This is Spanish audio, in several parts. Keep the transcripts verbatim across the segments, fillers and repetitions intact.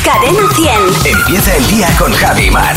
Cadena cien. Empieza el día con Javi Mar.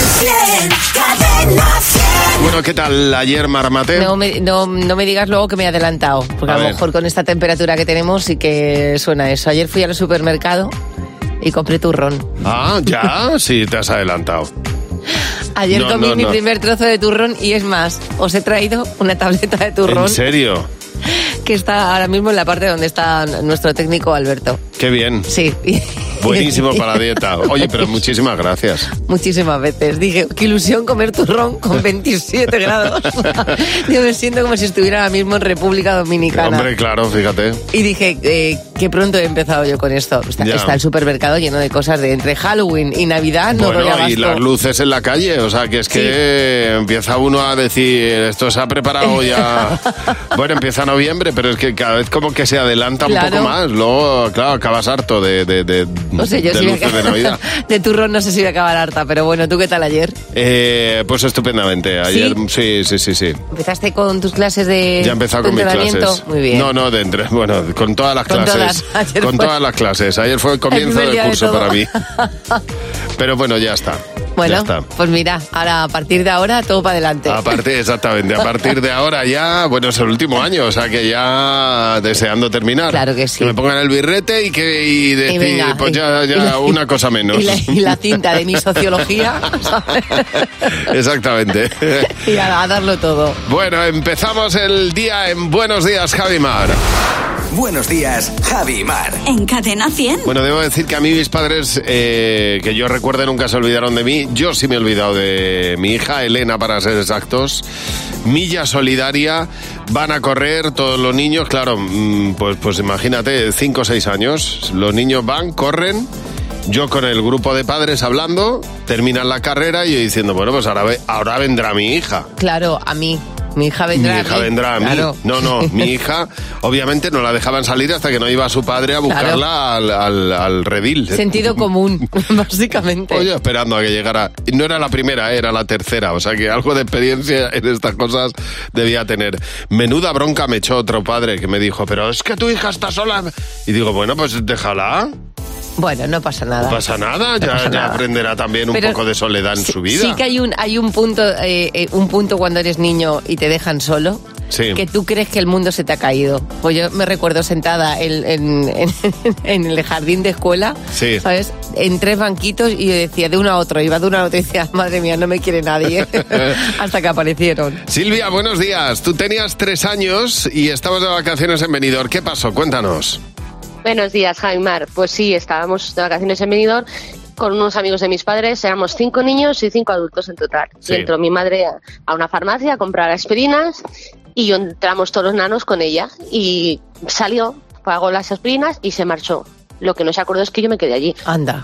Cadena cien. Bueno, ¿qué tal ayer, Marmate? No me, no, no me digas luego que me he adelantado, porque a, A lo ver. mejor con esta temperatura que tenemos sí que suena eso. Ayer fui al supermercado y compré turrón. Ah, ya, sí, te has adelantado. Ayer No, comí no, mi no. primer trozo de turrón y es más, os he traído una tableta de turrón ¿En serio? que está ahora mismo en la parte donde está nuestro técnico Alberto. Qué bien. Sí. Buenísimo para la dieta. Oye, pero muchísimas gracias. Muchísimas veces. Dije, qué ilusión comer turrón con veintisiete grados. Yo me siento como si estuviera ahora mismo en República Dominicana. Hombre, claro, fíjate. Y dije, eh, qué pronto he empezado yo con esto. Está, Ya. está el supermercado lleno de cosas de entre Halloween y Navidad. No doy Bueno, abasto. y las luces en la calle, o sea, que es que empieza uno a decir, esto se ha preparado ya... Bueno, empieza noviembre, pero es que cada vez como que se adelanta un Claro. poco más. Luego, claro, acabas harto de, de, de, No sé, yo de sí voy a luces de Navidad. de turrón no sé si voy a acabar harta, pero bueno, ¿tú qué tal ayer? Eh, pues estupendamente. Ayer, sí, sí, sí, sí. ¿Empezaste con tus clases de Ya he empezado de con mis entrenamiento? clases. Muy bien. No, no, de entre, bueno, con todas las Con clases. todas. Ayer Con fue- todas las clases. Ayer fue el comienzo primer del día de curso todo. para mí. Pero bueno, ya está. Bueno, Ya está. pues mira, ahora a partir de ahora todo para adelante. Aparte, exactamente, a partir de ahora ya, bueno, es el último año, o sea que ya deseando terminar. Claro que sí. Que me pongan el birrete y que y decir, venga, pues ya, y ya la- una cosa menos. Y la, y la cinta de mi sociología. ¿sabes? Exactamente. Y a, a darlo todo. Bueno, empezamos el día en Buenos Días, Javi Mar. Buenos días, Javi Mar. En Cadena cien. Bueno, debo decir que a mí mis padres, eh, que yo recuerde, nunca se olvidaron de mí. Yo sí me he olvidado de mi hija, Elena, para ser exactos. Milla solidaria, van a correr todos los niños, claro, mm, pues, pues imagínate, cinco o seis años. Los niños van, corren, yo con el grupo de padres hablando, terminan la carrera y yo diciendo, bueno, pues ahora, ve- ahora vendrá mi hija. Claro, a mí. Mi hija vendrá Mi a hija mí. vendrá a mí. Claro. No, no, mi hija, obviamente no la dejaban salir hasta que no iba su padre a buscarla al, al, al redil. Sentido común, básicamente. Oye, esperando a que llegara. Y no era la primera, era la tercera. O sea que algo de experiencia en estas cosas debía tener. Menuda bronca me echó otro padre que me dijo, pero es que tu hija está sola. Y digo, bueno, pues déjala. Bueno, no pasa nada. No pasa nada. Ya, pasa ya nada. aprenderá también un Pero poco de soledad en sí, su vida. Sí que hay un, hay un punto, eh, eh, un punto cuando eres niño y te dejan solo. Sí. Que tú crees que el mundo se te ha caído. Pues yo me recuerdo sentada en, en, en- en el jardín de escuela, Sí. ¿sabes? En tres banquitos y yo decía de uno a otro, iba de uno a otro y decía, madre mía, no me quiere nadie. Hasta que aparecieron. Silvia, buenos días. Tú tenías tres años y estabas de vacaciones en Benidorm. ¿Qué pasó? Cuéntanos. Buenos días, Javi Mar. Pues sí, estábamos de vacaciones en Benidorm con unos amigos de mis padres. Éramos cinco niños y cinco adultos en total. Sí. Y entró mi madre a, a una farmacia a comprar aspirinas y yo entramos todos los nanos con ella. Y salió, pagó las aspirinas y se marchó. Lo que no se acordó es que yo me quedé allí. Anda.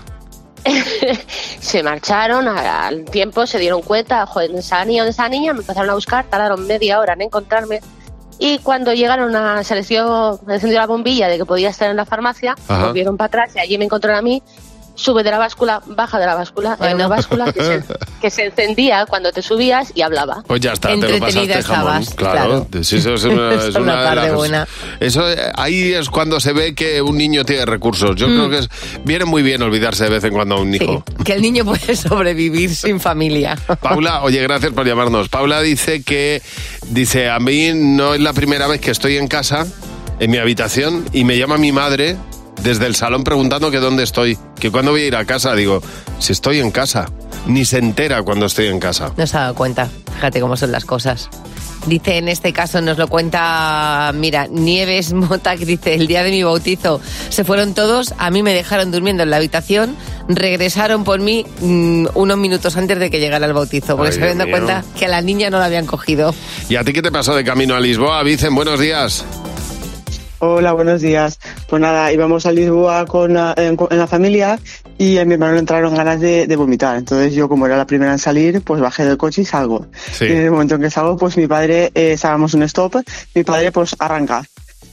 Se marcharon, a- al tiempo se dieron cuenta, joder, ¿dónde está la niña? ¿Dónde está la niña? Me empezaron a buscar, tardaron media hora en encontrarme. Y cuando llegaron a, se les dio, se encendió la bombilla de que podía estar en la farmacia, Ajá. volvieron para atrás y allí me encontraron a mí, sube de la báscula, baja de la báscula, era Bueno. una báscula que se, que se encendía cuando te subías y hablaba. Pues ya está, te lo Entretenida pasaste jamón. estabas, Claro, claro. sí, eso es una, Es es una una de parte las- buena. Eso, eh, ahí es cuando se ve que un niño tiene recursos. Yo creo que es, viene muy bien olvidarse de vez en cuando a un Sí, hijo. que el niño puede sobrevivir sin familia. Paula, oye, gracias por llamarnos. Paula dice que, dice, a mí no es la primera vez que estoy en casa, en mi habitación, y me llama mi madre desde el salón preguntando que dónde estoy, que cuándo voy a ir a casa. Digo, si estoy en casa, ni se entera cuando estoy en casa. No se ha dado cuenta. Fíjate cómo son las cosas. Dice, en este caso nos lo cuenta, mira, Nieves Mota, que dice, el día de mi bautizo se fueron todos, a mí me dejaron durmiendo en la habitación, regresaron por mí mmm, unos minutos antes de que llegara el bautizo, porque Ay, se habían dado Dios mío. cuenta que a la niña no la habían cogido. ¿Y a ti qué te pasó de camino a Lisboa? Vicen, buenos días. Hola, buenos días. Pues nada, íbamos a Lisboa con la, en, en la familia y a mi hermano le entraron ganas de, de vomitar. Entonces yo, como era la primera en salir, pues bajé del coche y salgo. Sí. Y en el momento en que salgo, pues mi padre, eh, estábamos en un stop, mi padre pues arranca.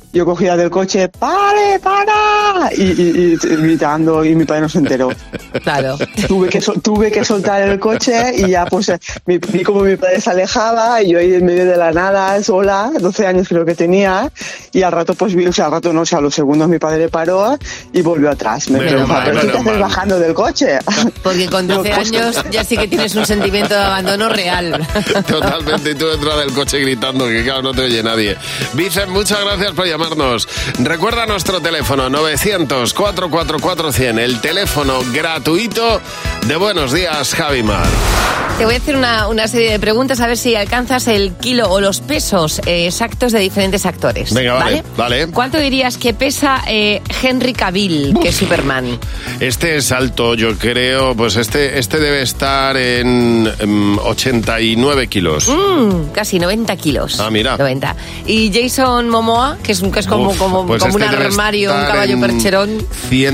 Yo cogía del coche, ¡pare, para! Y, y, y gritando, y mi padre no se enteró. Claro. Tuve que, sol- tuve que soltar el coche y ya pues vi, vi como mi padre se alejaba y yo ahí en medio de la nada, sola, doce años creo que tenía, y al rato pues vi, o sea, al rato no, o sea, a los segundos mi padre paró y volvió atrás. Me Menos preguntaba, mal, ¿pero qué te menos haces mal. bajando del coche? Porque con doce Pero, pues, años ya sí que tienes un sentimiento de abandono real. Totalmente, y tú detrás del coche gritando que claro, no te oye nadie. Vicen, muchas gracias por llamarnos. Recuerda nuestro teléfono novecientos, cuatrocientos cuarenta y cuatro cien, el teléfono gratuito de Buenos Días, Javi Mar. Te voy a hacer una, una serie de preguntas a ver si alcanzas el kilo o los pesos eh, exactos de diferentes actores. Venga, vale, vale. ¿Cuánto dirías que pesa eh, Henry Cavill, que es Superman? Este es alto, yo creo, pues este, este debe estar en, en ochenta y nueve kilos. Mm, casi noventa kilos. Ah, mira. noventa. Y Jason Momoa, que es, un, que es como, Uf, como, pues como este un debe armario, un estar caballo en percherón.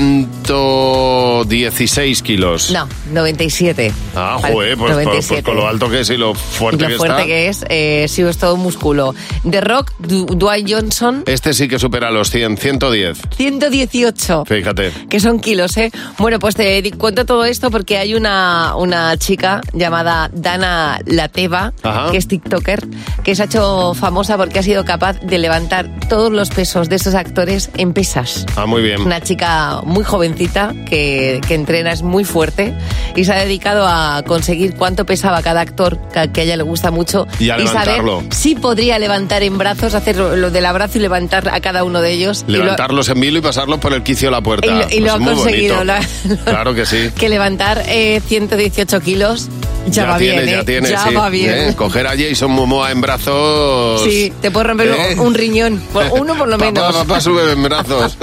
ciento dieciséis kilos. No, noventa y siete. Ah, Vale, joder, pues, pues, noventa y siete. pues con lo alto que es y lo Y fuerte lo que fuerte está. que es, eh, sí, es todo músculo. The Rock, Du- Dwayne Johnson, Este sí que supera los cien, ciento diez. ciento dieciocho. Fíjate. Que son kilos, ¿eh? Bueno, pues te di- cuento todo esto porque hay una, una chica llamada Dana Lateva, Ajá. que es TikToker, que se ha hecho famosa porque ha sido capaz de levantar todos los pesos de esos actores en pesas. Ah, muy bien. Una chica muy jovencita que, que entrena, es muy fuerte y se ha dedicado a conseguir cuánto pesaba cada actor que, que a ella le gusta mucho Y a saber levantarlo. si podría levantar en brazos, hacer lo, lo del abrazo y levantar a cada uno de ellos. Y lo- Levantarlos en vilo y pasarlos por el quicio de la puerta. y lo, y lo Pues ha muy conseguido. bonito. la- Claro que sí. Que levantar eh, ciento dieciocho kilos ya, va tiene, bien, ya ¿eh? tiene, ya sí. va bien. ¿Eh? Coger a Jason Momoa en brazos... Sí, te puedo romper ¿Eh? un riñón. Por- Uno por lo menos. Papá, papá, sube en brazos.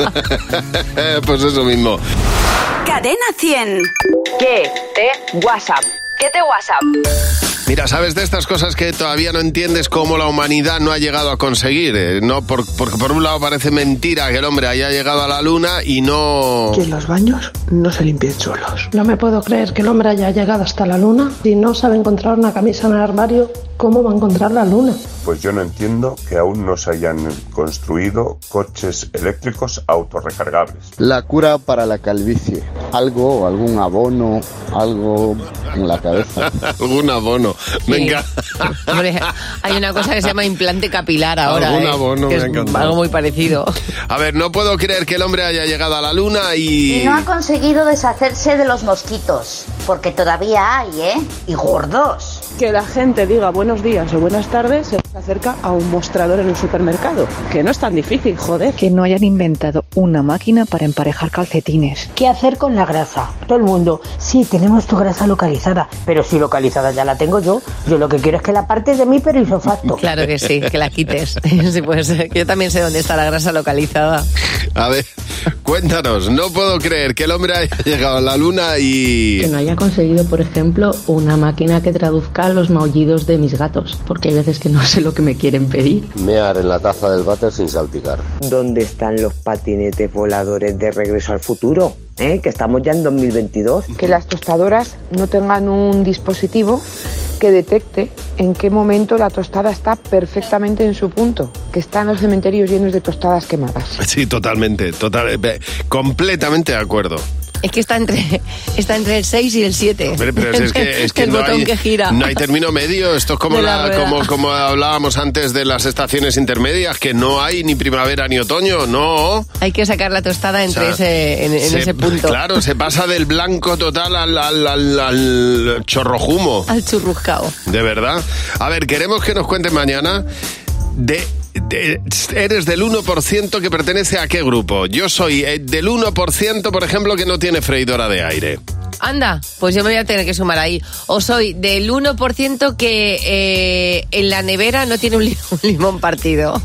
Pues eso mismo. Cadena cien. ¿Qué te WhatsApp? ¿Qué te WhatsApp? Mira, ¿sabes de estas cosas que todavía no entiendes cómo la humanidad no ha llegado a conseguir? Eh, no, por- porque por un lado parece mentira que el hombre haya llegado a la luna y no... Que los baños no se limpien solos. No me puedo creer que el hombre haya llegado hasta la luna. Si no sabe encontrar una camisa en el armario, ¿cómo va a encontrar la luna? Pues yo no entiendo que aún no se hayan construido coches eléctricos autorrecargables. La cura para la calvicie. Algo, algún abono, algo en la cabeza. Algún abono. Me Sí. encanta. Hombre, hay una cosa que se llama implante capilar ahora. Algún ¿eh? abono, que me ha es encantado. algo muy parecido. A ver, no puedo creer que el hombre haya llegado a la luna y... Y no ha conseguido deshacerse de los mosquitos, porque todavía hay, ¿eh? Y gordos. Que la gente diga buenos días o buenas tardes se acerca a un mostrador en un supermercado. Que no es tan difícil, joder. Que no hayan inventado una máquina para emparejar calcetines. ¿Qué hacer con la grasa? Todo el mundo, sí, tenemos tu grasa localizada, pero si localizada ya la tengo yo, yo lo que quiero es que la partes de mí, pero isofacto. Claro que sí, que la quites. Sí, pues yo también sé dónde está la grasa localizada. A ver, cuéntanos, no puedo creer que el hombre haya llegado a la luna y... Que no haya conseguido, por ejemplo, una máquina que traduzca los maullidos de mis gatos, porque hay veces que no sé lo que me quieren pedir. Mear en la taza del váter sin salpicar. ¿Dónde están los patinetes voladores de Regreso al Futuro? ¿Eh? Que estamos ya en dos mil veintidós. Que las tostadoras no tengan un dispositivo que detecte en qué momento la tostada está perfectamente en su punto. Que están los cementerios llenos de tostadas quemadas. Sí, totalmente, total, eh, completamente de acuerdo. Es que está entre, está entre el seis y el siete. Pero, pero es que, es que el no, botón hay, que gira. no hay término medio. Esto es como, De la la, rueda. como, como hablábamos antes de las estaciones intermedias, que no hay ni primavera ni otoño, no. Hay que sacar la tostada entre O sea, ese, en, en se- ese punto. Claro, se pasa del blanco total al, al, al, al chorrojumo. Al churruscao. De verdad. A ver, queremos que nos cuentes mañana de... de- ¿Eres del uno por ciento que pertenece a qué grupo? Yo soy eh, del uno por ciento, por ejemplo, que no tiene freidora de aire. Anda, pues yo me voy a tener que sumar ahí. O soy del uno por ciento que eh, en la nevera no tiene un, li- un limón partido.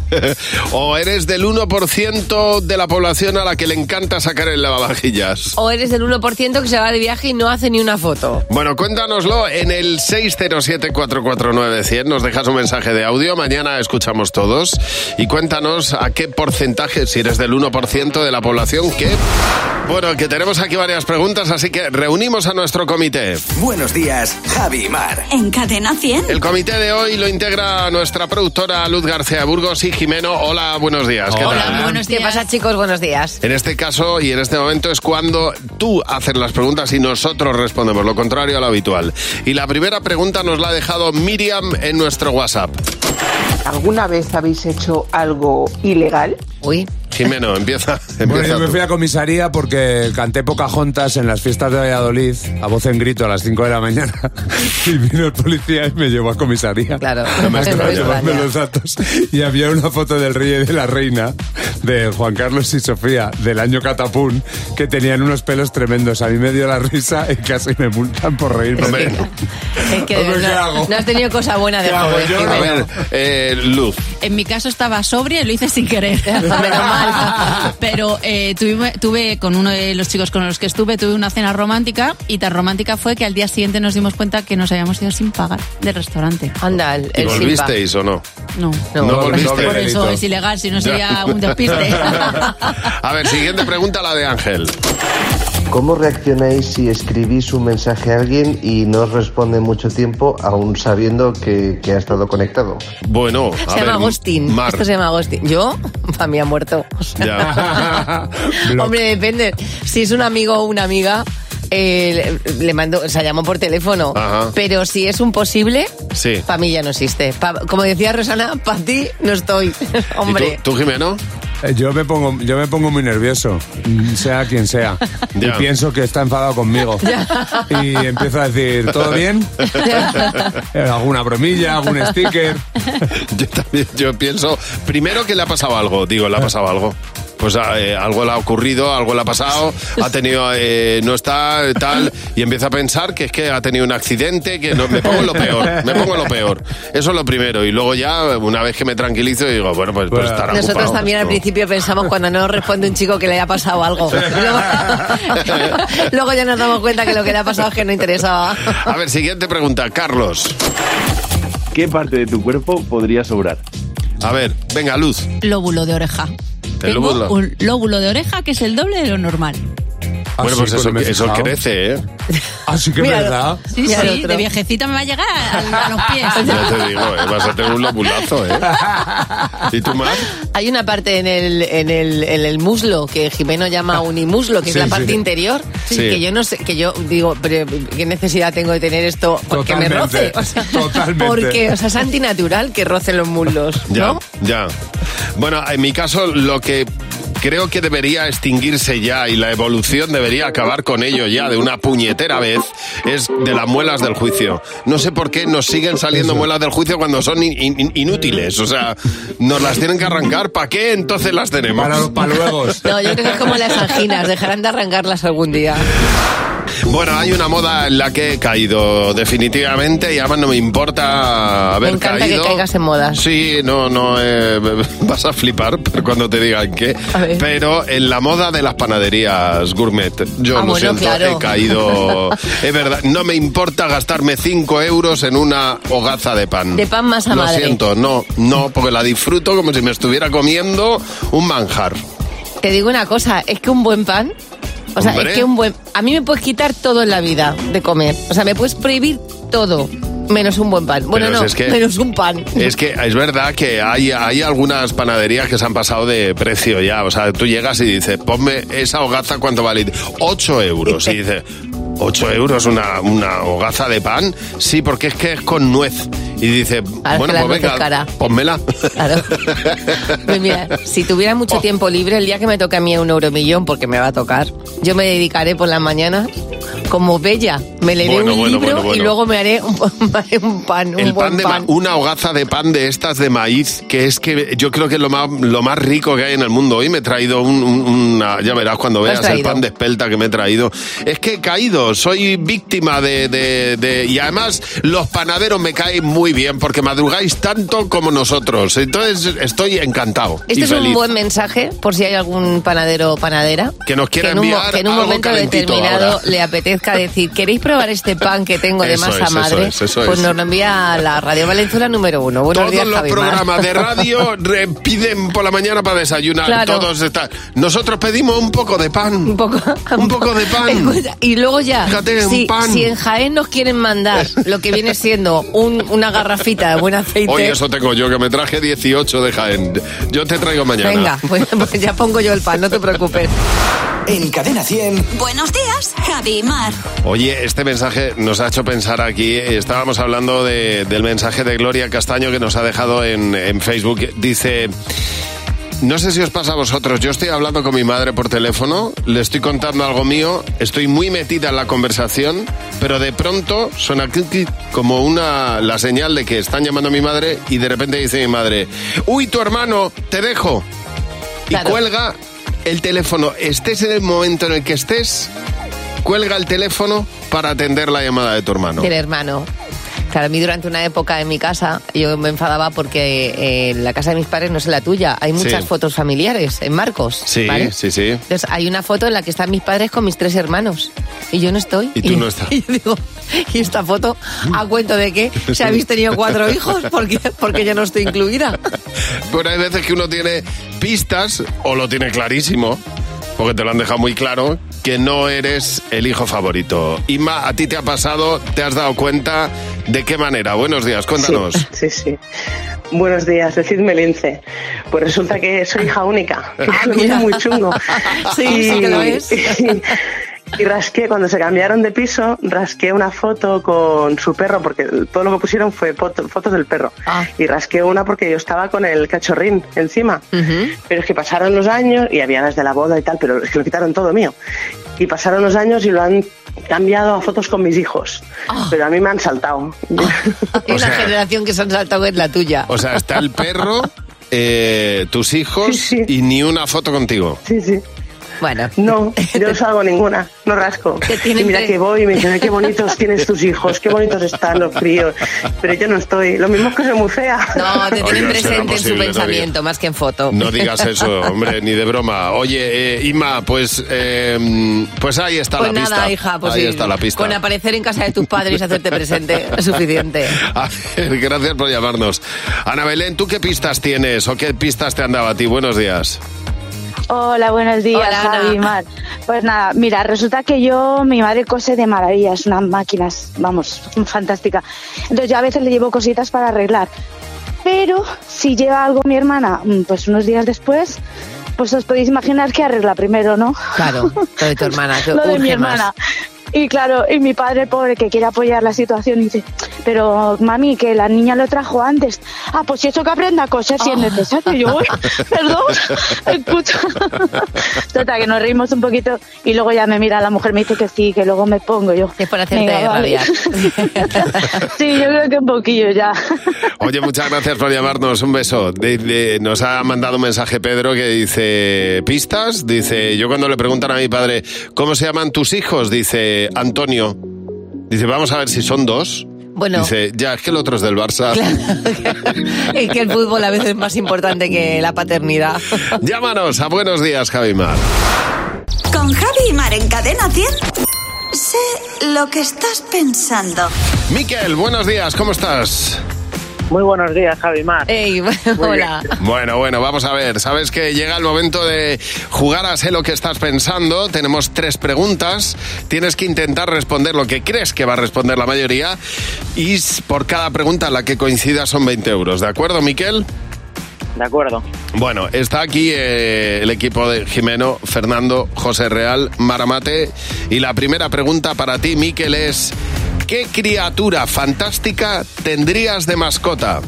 ¿O eres del uno por ciento de la población a la que le encanta sacar el lavavajillas? O eres del uno por ciento que se va de viaje y no hace ni una foto. Bueno, cuéntanoslo en el seis cero siete, cuatro cuatro nueve, cien. Nos dejas un mensaje de audio. Mañana escuchamos todos. Y cuéntanos a qué porcentaje, si eres del uno por ciento de la población, que... Bueno, que tenemos aquí varias preguntas, así que reunimos reunimos a nuestro comité. Buenos días, Javi y Mar. En Cadena cien. El comité de hoy lo integra nuestra productora Luz García Burgos y Jimeno. Hola, buenos días. ¿Qué Hola, tal? buenos días. ¿Qué pasa, chicos? Buenos días. En este caso y en este momento es cuando tú haces las preguntas y nosotros respondemos, lo contrario a lo habitual. Y la primera pregunta nos la ha dejado Miriam en nuestro WhatsApp. ¿Alguna vez habéis hecho algo ilegal? Uy. Jimeno, empieza. empieza Bueno, yo me tú. fui a comisaría porque canté Pocahontas en las fiestas de Valladolid, a voz en grito a las cinco de la mañana, y vino el policía y me llevó a comisaría. Claro. Para llevarme los datos. Y había una foto del rey y de la reina, de Juan Carlos y Sofía, del año Catapún, que tenían unos pelos tremendos. A mí me dio la risa y casi me multan por reírme. Hombre, Es que Hombre, ¿qué no, hago? no has tenido cosa buena de ¿Qué hago joven, yo? Jimeno. a ver, eh, Luz. En mi caso estaba sobria y lo hice sin querer. Pero eh, tuve, tuve con uno de los chicos con los que estuve, tuve una cena romántica y tan romántica fue que al día siguiente nos dimos cuenta que nos habíamos ido sin pagar del restaurante. Anda, el, ¿Y el volvisteis o no? No. No, no volviste. Por eso es ilegal, si no sería un despiste. A ver, siguiente pregunta, la de Ángel. ¿Cómo reaccionáis si escribís un mensaje a alguien y no os responde mucho tiempo, aún sabiendo que, que ha estado conectado? Bueno, a Se ver, llama Agustín. Mar. Esto se llama Agustín. ¿Yo? Para mí ha muerto. Ya. Hombre, depende. Si es un amigo o una amiga, eh, le, le mando, o sea, llamo por teléfono. Ajá. Pero si es un posible, Sí. para mí ya no existe. Pa- como decía Rosana, para ti no estoy. Hombre. ¿Y tú, tú, Jimeno? Eh, Yo me pongo, yo me pongo muy nervioso, mm, sea quien sea. Ya. Y pienso que está enfadado conmigo. Y empiezo a decir, ¿todo bien? Eh, ¿Alguna bromilla, algún sticker? Yo también, yo pienso, primero que le ha pasado algo, digo, le ha pasado algo. Pues eh, algo le ha ocurrido, algo le ha pasado, ha tenido, eh, no está, tal, y empiezo a pensar que es que ha tenido un accidente, que no, me pongo en lo peor, me pongo en lo peor. Eso es lo primero, y luego ya, una vez que me tranquilizo, digo, bueno, pues, pues estará Nosotros ocupado. también al No. principio pensamos cuando no nos responde un chico que le ha pasado algo. Luego, luego ya nos damos cuenta que lo que le ha pasado es que no interesaba. A ver, siguiente pregunta, Carlos. ¿Qué parte de tu cuerpo podría sobrar? A ver, venga, Luz. Lóbulo de oreja. El Tengo lóbulo. un lóbulo de oreja que es el doble de lo normal. Bueno, pues eso, eso crece, ¿eh? Así que Míralo. verdad. Sí, Mira el sí, otro. de viejecita me va a llegar a, a los pies. Ya te digo, ¿eh? Vas a tener un lobulazo, ¿eh? ¿Y tú más? Hay una parte en el, en el, en el muslo que Jimeno llama unimuslo, que Sí, es la parte sí. interior, Sí. que yo no sé, que yo digo, pero ¿qué necesidad tengo de tener esto? Porque me roce. Totalmente, O sea, totalmente. porque, o sea, es antinatural que rocen los muslos, Ya, ¿no? ya. Bueno, en mi caso, lo que creo que debería extinguirse ya y la evolución debería acabar con ello ya de una puñetera vez es de las muelas del juicio. No sé por qué nos siguen saliendo muelas del juicio cuando son in- in- inútiles. O sea, nos las tienen que arrancar. ¿Para qué entonces las tenemos? Para los paluegos. No, yo creo que es como las anginas, dejarán de arrancarlas algún día. Bueno, hay una moda en la que he caído definitivamente y además no me importa haber Me encanta caído. que caigas en modas. Sí, no, no, eh, vas a flipar cuando te digan qué. Pero en la moda de las panaderías gourmet, yo Ah, lo bueno, siento, claro. he caído. Es verdad, no me importa gastarme cinco euros en una hogaza de pan. De pan masa Lo madre. siento, no, no, porque la disfruto como si me estuviera comiendo un manjar. Te digo una cosa, es que un buen pan, o sea, Hombre. es que un buen... A mí me puedes quitar todo en la vida de comer, o sea, me puedes prohibir todo, menos un buen pan. Bueno, Pero no, es que- menos un pan. Es que es verdad que hay, hay algunas panaderías que se han pasado de precio ya. O sea, tú llegas y dices, ponme esa hogaza, ¿cuánto vale? ocho euros. Y dices, ¿ocho euros una, una hogaza de pan? Sí, porque es que es con nuez. Y dice, Ahora es bueno, que la pues nuez es venga, cara. pónmela. Claro. Pues mira, si tuviera mucho Oh. tiempo libre, el día que me toque a mí un euromillón, porque me va a tocar, yo me dedicaré por la mañana como bella. Me leeré Bueno, un bueno, libro bueno, bueno. y luego me haré un, me haré un pan, un El buen pan de pan. ma- una hogaza de pan de estas de maíz, que es que yo creo que es lo más, lo más rico que hay en el mundo. Hoy me he traído un, un- una, ya verás cuando ¿Qué has veas el traído? pan de espelta que me he traído. Es que he caído, soy víctima de, de, de- y además los panaderos me caen muy bien porque madrugáis tanto como nosotros. Entonces estoy encantado Este y es feliz. un buen mensaje por si hay algún panadero o panadera Que nos quiera que en un, mo- enviar que en un algo momento calentito determinado ahora. le apetezca apetezca decir, ¿queréis probar este pan que tengo de Eso masa es, eso madre? es, eso pues es. nos lo envía a la Radio Valenzuela número uno. Buenos Todos días, los Javi Mar. programas de radio re- piden por la mañana para desayunar. Claro. Todos están. Nosotros pedimos un poco de pan. Un poco, un poco de pan. Escucha, y luego ya, Fíjate, un si, pan. si en Jaén nos quieren mandar lo que viene siendo un- una garrafita de buen aceite... Hoy eso tengo yo, que me traje dieciocho de Jaén. Yo te traigo mañana. Venga, pues, pues ya pongo yo el pan, no te preocupes. En Cadena cien. Buenos días, Javi Mar. Oye, este mensaje nos ha hecho pensar aquí. Estábamos hablando de- del mensaje de Gloria Castaño que nos ha dejado en, en Facebook. Dice... No sé si os pasa a vosotros, yo estoy hablando con mi madre por teléfono, le estoy contando algo mío, estoy muy metida en la conversación, pero de pronto suena clic, clic, como una la señal de que están llamando a mi madre y de repente dice mi madre, uy, tu hermano, te dejo. Y Claro. cuelga el teléfono, estés en el momento en el que estés, cuelga el teléfono para atender la llamada de tu hermano. Del hermano. Claro, a mí durante una época en mi casa yo me enfadaba porque eh, la casa de mis padres no es la tuya. Hay muchas Sí. fotos familiares en Marcos. Sí, ¿vale? sí, sí. Entonces hay una foto en la que están mis padres con mis tres hermanos y yo no estoy. Y tú no estás. Y yo digo, ¿y esta foto a cuento de qué? ¿Se habéis tenido cuatro hijos? Porque, porque yo no estoy incluida. Pero hay veces que uno tiene pistas, o lo tiene clarísimo, porque te lo han dejado muy claro, que no eres el hijo favorito. Inma, ¿a ti te ha pasado? ¿Te has dado cuenta? ¿De qué manera? Buenos días, cuéntanos. Sí, sí, sí. Buenos días, decidme Lince. Pues resulta que soy hija única, que es lo mío muy chungo. Sí, sí que lo es. Y, y rasqué, cuando se cambiaron de piso, rasqué una foto con su perro, porque todo lo que pusieron fue foto- fotos del perro. Ah. Y rasqué una porque yo estaba con el cachorrín encima. Ujú. Pero es que pasaron los años, y había las de la boda y tal, pero es que lo quitaron todo mío. Y pasaron los años y lo han cambiado a fotos con mis hijos. Ah. Pero a mí me han saltado. Hay una generación que se han saltado en la tuya. O sea, está el perro, eh, tus hijos y ni una foto contigo. Sí, sí. Bueno. No, yo no salgo ninguna, no rasco. tienen Y mira que- que voy y me dicen, "Ay, qué bonitos tienes tus hijos, qué bonitos están los críos". Pero yo no estoy, lo mismo es que soy muy fea. No, te Oye, tienen no será presente en su posible, no pensamiento, más que en foto. No digas eso, hombre, ni de broma. Oye, eh, Inma, pues, eh, pues ahí está Pues la pista. nada, hija, pues ahí sí, está la pista. con aparecer en casa de tus padres y hacerte presente es suficiente. A ver, gracias por llamarnos. Ana Belén, ¿tú qué pistas tienes o qué pistas te han dado a ti? Buenos días. Hola, buenos días, Hola, Ana. Javi, Mar. Pues nada, mira, resulta que yo, mi madre cose de maravilla, es una máquina, vamos, fantástica. Entonces yo a veces le llevo cositas para arreglar. Pero si lleva algo mi hermana, mm, pues unos días después, pues os podéis imaginar que arregla primero, ¿no? Claro, lo de tu hermana, que Lo de mi urge más. hermana. Y claro, y mi padre, el pobre, que quiere apoyar la situación, dice, pero mami, que la niña lo trajo antes. Ah, pues si eso que aprenda a coser si es necesario. Yo, "Uy, perdón, escucha". Total, que nos reímos un poquito y luego ya me mira la mujer, me dice que sí, que luego me pongo yo. Es por hacerte "Venga, vale". rabiar. Sí, yo creo que un poquillo ya. Oye, muchas gracias por llamarnos. Un beso. De- de- nos ha mandado un mensaje Pedro que dice, ¿pistas? Dice, yo cuando le preguntan a mi padre, ¿cómo se llaman tus hijos? Dice, Antonio. Dice, vamos a ver si son dos. Bueno. Dice, ya, es que el otro es del Barça. Es que el fútbol a veces es más importante que la paternidad. Llámanos a Buenos Días, Javi Mar. Con Javi y Mar en Cadena cien. Sé lo que estás pensando. Miquel, buenos días, ¿cómo estás? Muy buenos días, Javi Mar. Ey, hola. Bueno, bueno, vamos a ver. Sabes que llega el momento de jugar a Sé lo que estás pensando. Tenemos tres preguntas. Tienes que intentar responder lo que crees que va a responder la mayoría. Y s- por cada pregunta la que coincida son veinte euros. ¿De acuerdo, Miquel? De acuerdo. Bueno, está aquí eh, el equipo de Jimeno, Fernando, José Real, Maramate. Y la primera pregunta para ti, Miquel, es... ¿Qué criatura fantástica tendrías de mascota?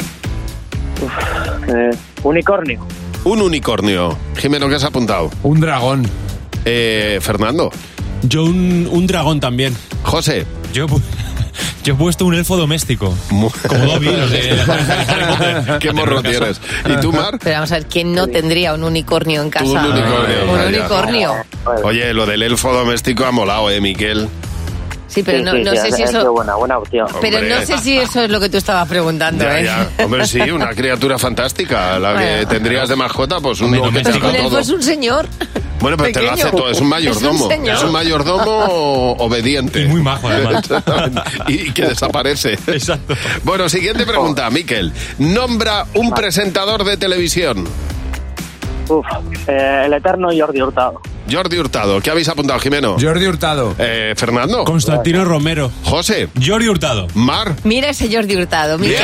Eh, unicornio. Un unicornio. Jimeno, ¿qué has apuntado? Un dragón. Eh, Fernando. Yo un, un dragón también. José. Yo, pu- yo he puesto un elfo doméstico. Como Dobby, los de Harry Potter. Qué morro tienes. ¿Y tú, Mar? Pero vamos a ver, ¿quién no tendría un unicornio en casa? Un unicornio. Un vaya. unicornio. Oye, lo del elfo doméstico ha molado, ¿eh, Miquel? Sí, pero Sí, no, sí, no sí, sé es- si es eso... buena, buena opción. Pero no Hombre. sé si eso es lo que tú estabas preguntando, Ya, ¿eh? ya. Hombre, sí, una criatura fantástica. La que Bueno. tendrías de mascota, pues un Hombre, que te doméstico. haga El elfo todo. es un señor. Bueno, Bueno, pero pequeño. te lo hace todo, es un mayordomo. Es un señor. Es un mayordomo obediente. Y muy majo, además. y que desaparece. Exacto. Bueno, siguiente pregunta, Miquel. Nombra un presentador de televisión. Uf, eh, el eterno Jordi Hurtado. Jordi Hurtado. ¿Qué habéis apuntado, Jimeno? Jordi Hurtado. Eh, Fernando. Constantino Romero. José. Jordi Hurtado. Mar. Mira ese Jordi Hurtado, Miquel.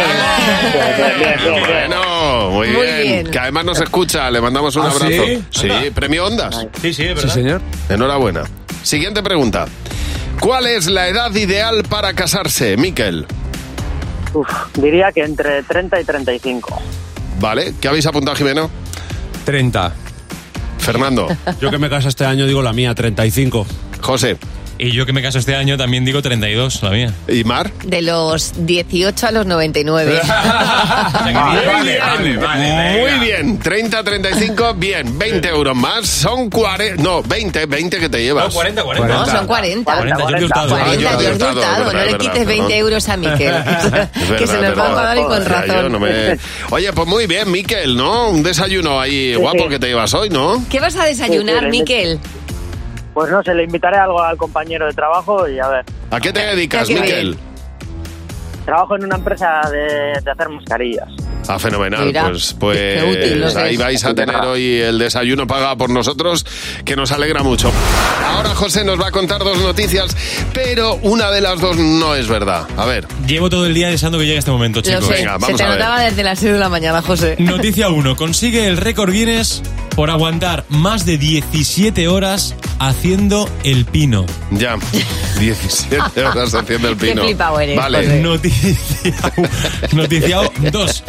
Bueno, muy, Muy bien. bien. Que además nos escucha. Le mandamos un ¿Ah, abrazo. sí? Sí, premio Ondas. Sí, sí, es verdad. Sí, señor. Enhorabuena. Siguiente pregunta. ¿Cuál es la edad ideal para casarse, Miquel? Uf, diría que entre treinta y treinta y cinco. Vale. ¿Qué habéis apuntado, Jimeno? treinta. Fernando. Yo que me caso este año digo la mía, treinta y cinco. José. Y yo que me caso este año también digo treinta y dos, la mía. ¿Y Mar? De los dieciocho a los noventa y nueve. Vale, vale, vale. Muy bien. treinta a treinta y cinco, bien. veinte euros más. Son cuarenta. No, veinte, veinte que te llevas. No, cuarenta, cuarenta. No, son cuarenta. cuarenta, Jordi Hurtado. cuarenta, Ah, Jordi Jordi Hurtado, Hurtado. es verdad, No le es quites verdad, veinte perdón. euros a Miquel. Es Que se verdad, nos va a verdad. pagar y con O sea, yo razón. no me- Oye, pues muy bien, Miquel, ¿no? Un desayuno ahí guapo que te llevas hoy, ¿no? ¿Qué vas a desayunar, Sí, sí, Miquel? Pues no sé, le invitaré algo al compañero de trabajo y a ver. ¿A qué te dedicas, Qué bien. Miquel? Trabajo en una empresa de, de hacer mascarillas. Ah, fenomenal. Mira, pues pues qué útil lo ahí es. vais a tener hoy el desayuno pagado por nosotros, que nos alegra mucho. Ahora José nos va a contar dos noticias, pero una de las dos no es verdad. A ver. Llevo todo el día deseando que llegue este momento, Lo chicos. sé, Venga, se vamos te a ver. notaba desde las seis de la mañana, José. Noticia uno. Consigue el récord Guinness por aguantar más de diecisiete horas haciendo el pino. Ya, diecisiete horas haciendo el pino. Qué flipado eres, Vale. José. Noticia Noticia dos.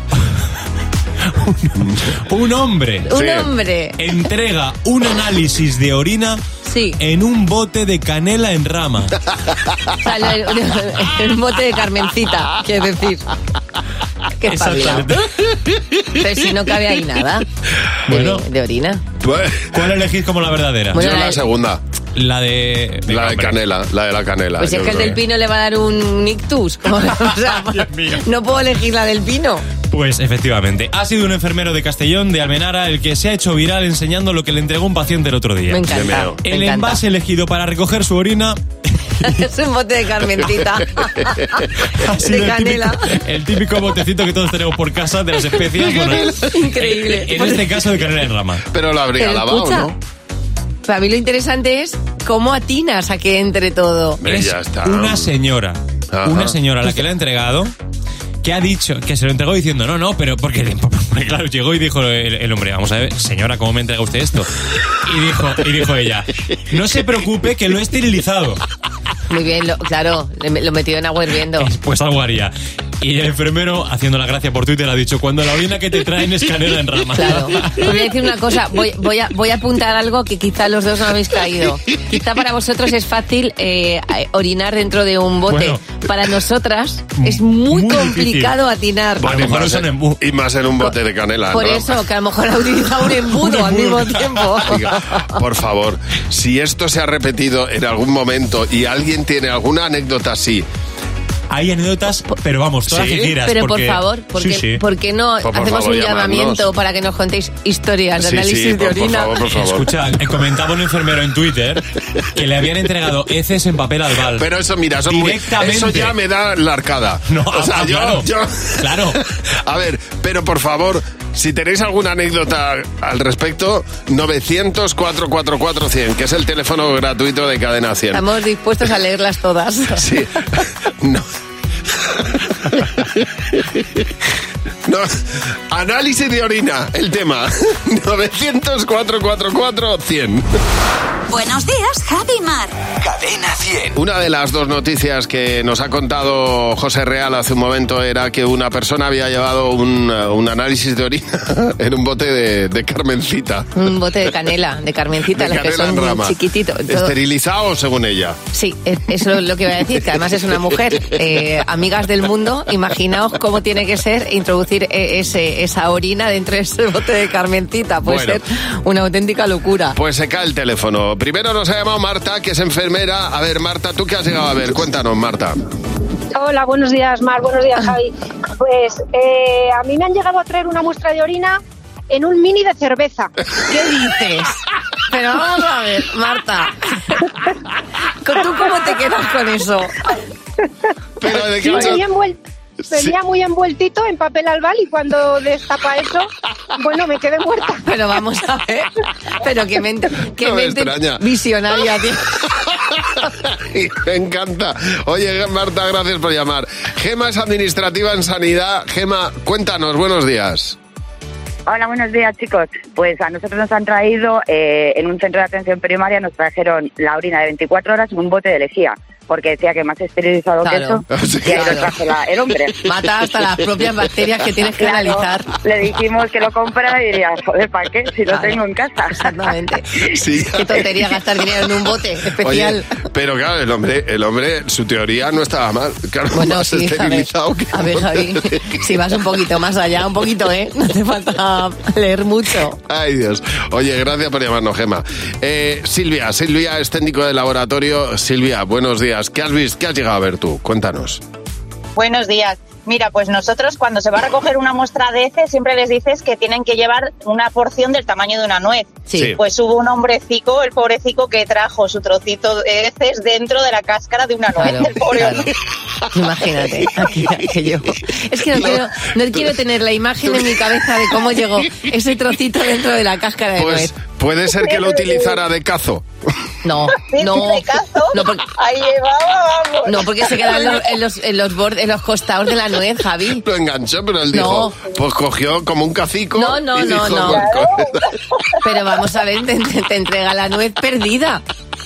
Un, un hombre Un Sí. hombre. entrega un análisis de orina Sí. en un bote de canela en rama. O sea, el, el bote de Carmencita, quiero decir. Qué espabilado. Exactamente. Pero si no cabe ahí nada de, Bueno. de orina. Pues, ¿Cuál elegís como la verdadera? Bueno, yo la la de- segunda, La de... la de canela, la de la canela. Pues si yo es que el creo del pino le va a dar un ictus. Como- o sea, Dios mío. no puedo elegir la del pino. Pues efectivamente, ha sido un enfermero de Castellón, de Almenara, el que se ha hecho viral enseñando lo que le entregó un paciente el otro día. Me encanta. meo. Me El encanta. envase elegido para recoger su orina Es un bote de Carmencita. ha sido De el canela. típico, el típico botecito que todos tenemos por casa de las especias. Bueno, Increíble. en este caso de canela en rama. Pero lo habría Pero lavado, escucha, ¿no? para mí lo interesante es cómo atinas a que entre todo. Hombre, Es ya está. una señora, Ajá. una señora a la que le ha entregado, que ha dicho, que se lo entregó diciendo, no, no, pero porque, porque claro, llegó y dijo el, el hombre, vamos a ver, señora, ¿cómo me entrega usted esto? Y dijo, y dijo ella, no se preocupe que lo he esterilizado. Muy bien, lo- claro, le- lo metió en agua hirviendo. Pues algo haría. Y el enfermero, haciendo la gracia por Twitter, ha dicho, cuando la orina que te traen es canela en rama. Claro. Os voy a decir una cosa, voy, voy, a, voy a apuntar algo que quizá los dos no habéis caído. Quizá para vosotros es fácil eh, orinar dentro de un bote. Bueno. Para nosotras es muy, Muy complicado atinar. A lo y, mejor más es un en, embu- y más en un bote de canela. Por ¿no? eso, que a lo mejor ha utilizado un embudo al mismo tiempo. Oiga, por favor, si esto se ha repetido en algún momento y alguien tiene alguna anécdota así, Hay anécdotas, pero vamos, todas ¿Sí? las que quieras. Pero porque- por favor, ¿por qué, Sí, sí. por qué no Pues por hacemos favor, un llamadnos. llamamiento para que nos contéis historias de Sí, análisis sí, de por- por orina? favor, por favor. Escucha, eh, comentaba un enfermero en Twitter que le habían entregado heces en papel albal. pero eso, mira, eso, es muy- Directamente. eso ya me da la arcada. No, o sea, ah, yo, claro. yo- Claro. A ver, pero por favor, si tenéis alguna anécdota al respecto, novecientos, cuatrocientos cuarenta y cuatro, cien, que es el teléfono gratuito de Cadena cien. Estamos dispuestos a leerlas todas. Sí. No. No. Análisis de orina, el tema. novecientos, cuatrocientos cuarenta y cuatro, cien. Buenos días, Javi y Mar. Cadena cien. Una de las dos noticias que nos ha contado José Real hace un momento era que una persona había llevado un, un análisis de orina en un bote de, de Carmencita. Un bote de canela, de Carmencita, De las que canela son en rama. chiquititos. Todo- Esterilizado, según ella. Sí, es- eso es lo que iba a decir, que además es una mujer. Eh, amigas del mundo, imaginaos cómo tiene que ser introducir eh, ese, esa orina dentro de ese bote de Carmencita. Puede Bueno. ser una auténtica locura. Pues se cae el teléfono. Primero nos ha llamado Marta, que es enfermera. A ver, Marta, ¿tú qué has llegado a ver? Cuéntanos, Marta. Hola, buenos días, Mar, buenos días, Javi. Pues eh, a mí me han llegado a traer una muestra de orina en un mini de cerveza. ¿Qué dices? Pero vamos a ver, Marta. ¿Tú cómo te quedas con eso? Pero de Sí, venía, envuel- venía Sí. muy envueltito en papel albal y cuando destapa eso, bueno, me quedé muerta. Pero vamos a ver. Pero qué mente, qué No me mente extraña. visionaria, tío. Me encanta. Oye, Marta, gracias por llamar. Gema es administrativa en Sanidad. Gema, cuéntanos, buenos días. Hola, buenos días, chicos. Pues a nosotros nos han traído, eh, en un centro de atención primaria, nos trajeron la orina de veinticuatro horas en un bote de lejía, porque decía que más esterilizado Claro. que eso, y ahí lo trajo la- el hombre. Mata hasta las propias bacterias que tienes que Claro, analizar. Le dijimos que lo comprara y diría, joder, ¿para qué? Si lo Claro. tengo en casa. Exactamente. Sí. Qué tontería gastar dinero en un bote especial. Oye, pero claro, el hombre, el hombre, su teoría no estaba mal. Claro, Bueno, más sí, a ver, esterilizado que a ver, un bote Javi, de lejía. si vas un poquito más allá, un poquito, ¿eh? No hace falta leer mucho. Ay, Dios. Oye, gracias por llamarnos, Gema. Eh, Silvia, Silvia es técnico de laboratorio. Silvia, buenos días. ¿Qué has visto? ¿Qué has llegado a ver tú? Cuéntanos. Buenos días. Mira, pues nosotros cuando se va a recoger una muestra de heces siempre les dices que tienen que llevar una porción del tamaño de una nuez. Sí. Pues hubo un hombrecico, el pobrecico, que trajo su trocito de heces dentro de la cáscara de una nuez. Claro, el pobre claro. hombre. Imagínate, aquí, aquello. Es que no, quiero, no quiero tener la imagen en mi cabeza de cómo llegó ese trocito dentro de la cáscara de Pues nuez. puede ser que lo utilizara de cazo. No, Sí, no. sí, de cazo. No, porque, Ahí llevaba, vamos. no, porque se queda en los, en los, en los bordes, en los costados de la nuez, Javi. Lo enganchó, pero él dijo, pues cogió como un cacico. No, no, y no, dijo, no. pues, Pero vamos a ver, te, te- te entrega la nuez perdida.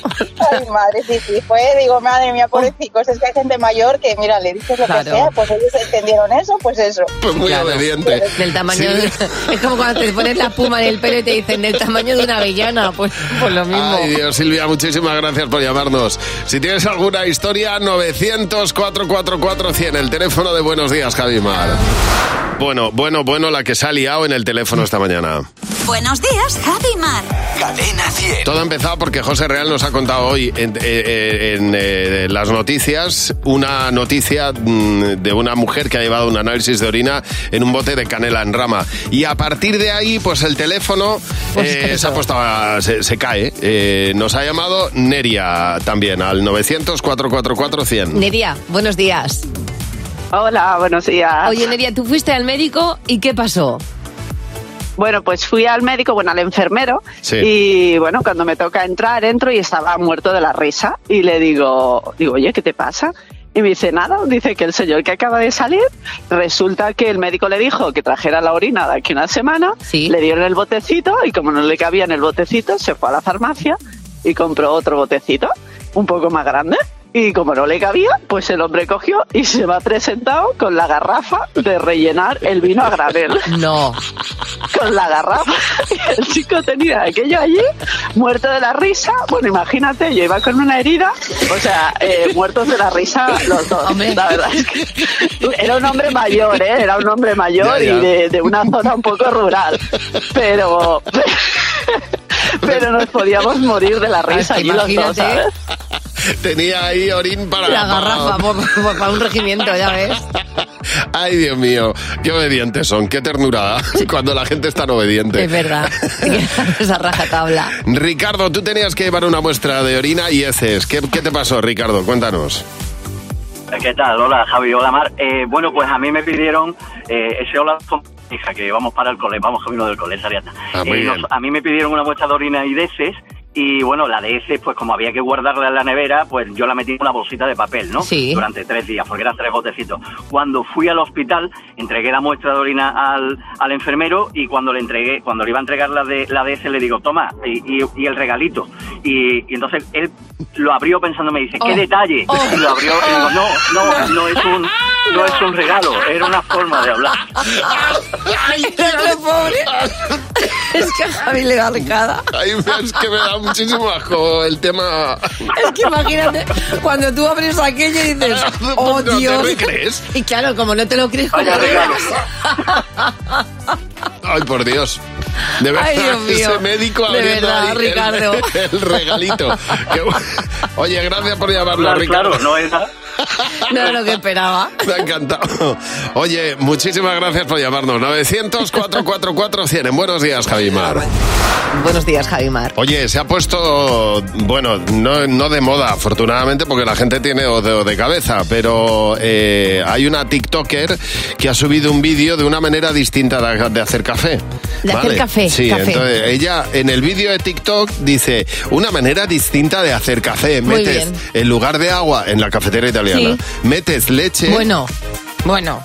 Ay, madre, sí, sí, fue, digo, madre mía, pobrecicos, es que hay gente mayor que, mira, le dices lo Claro. que sea, pues ellos entendieron eso, pues eso. pues muy Claro. obediente. Del tamaño Sí. de- es como cuando te pones la puma en el pelo y te dicen del tamaño de una avellana, pues, pues lo mismo. Ay, Dios, Silvia, muchísimas gracias por llamarnos. Si tienes alguna historia, novecientos, cuatrocientos cuarenta y cuatro cien, el teléfono de Buenos Días, Javimar. Bueno, bueno, bueno, la que se ha liado en el teléfono esta mañana. Buenos días, Javi y Mar. Cadena cien. Todo ha empezado porque José Real nos ha contado hoy en, eh, en, eh, las noticias una noticia mm, de una mujer que ha llevado un análisis de orina en un bote de canela en rama. Y a partir de ahí, pues el teléfono Pues eh, eso. se ha puesto a- se, se cae. Eh, nos ha llamado Neria también al novecientos, cuatrocientos cuarenta y cuatro, cien. Neria, buenos días. Hola, buenos días. Oye, Neria, tú fuiste al médico y ¿qué pasó? Bueno, pues fui al médico, bueno, al enfermero, Sí. y bueno, cuando me toca entrar, entro y estaba muerto de la risa. Y le digo, digo, oye, ¿qué te pasa? Y me dice, nada, dice que el señor que acaba de salir, resulta que el médico le dijo que trajera la orina de aquí una semana, le dieron el botecito y como no le cabía en el botecito, se fue a la farmacia y compró otro botecito, un poco más grande. Y como no le cabía, pues el hombre cogió y se va presentado con la garrafa de rellenar el vino a granel. No. Con la garrafa. Y el chico tenía aquello allí, muerto de la risa. Bueno, imagínate, yo iba con una herida, o sea, eh, muertos de la risa los dos. La verdad es que era un hombre mayor, ¿eh? Era un hombre mayor Ya, ya. y de, de una zona un poco rural. Pero... Pero nos podíamos morir de la risa allí los dos, Imagínate. ¿sabes? Tenía ahí orín para... La garrafa, por, por- para un regimiento, ya ves. Ay, Dios mío, qué obedientes son, qué ternura cuando la gente es tan obediente. Es verdad. Esa raja tabla. Ricardo, tú tenías que llevar una muestra de orina y heces. ¿Qué, qué te pasó, Ricardo? Cuéntanos. ¿Qué tal? Hola, Javi. Hola, Mar. Eh, bueno, pues a mí me pidieron eh, ese hola con mi hija, que vamos para el cole, vamos camino del cole, Ariadna. Ah, muy Eh, bien. nos- a mí me pidieron una muestra de orina y de heces. Y bueno, la de heces, pues como había que guardarla en la nevera, pues yo la metí en una bolsita de papel, ¿no? Sí. Durante tres días, porque eran tres botecitos. Cuando fui al hospital, entregué la muestra de orina al, al enfermero y cuando le entregué, cuando le iba a entregar la de la de heces, le digo, toma, y, y, y el regalito. Y, y entonces él lo abrió pensando, me dice, qué Oh. detalle. Oh. Y lo abrió y digo, no, no, no es un, no es un regalo, era una forma de hablar. Ay, pero pobre. Es que a Javi le da arcada. Ay, es que me da muchísimo asco el tema. Es que imagínate, cuando tú abres aquello y dices, oh ¿No te Dios. recrees? Y claro, como no te lo crees, ¿cómo Vaya regalo. Ay, por Dios. De verdad, Ay, Dios mío. ese médico De abriendo verdad, ahí el- Ricardo. El, regalito. Qué bu- Oye, gracias por llamarlo, Claro, Ricardo. claro, no era, No era lo que esperaba. Me ha encantado. Oye, muchísimas gracias por llamarnos. novecientos, cuatrocientos cuarenta y cuatro cien. En Buenos Días, Javimar. Buenos días, Javimar. Oye, se ha puesto, bueno, no, no de moda, afortunadamente, porque la gente tiene odio de cabeza, pero eh, hay una TikToker que ha subido un vídeo de una manera distinta de, de hacer café. De ¿vale? hacer café. Sí, café. entonces ella en el vídeo de TikTok dice una manera distinta de hacer café. Muy Metes, bien. en lugar de agua, en la cafetera italiana, Sí. metes leche. Bueno, bueno.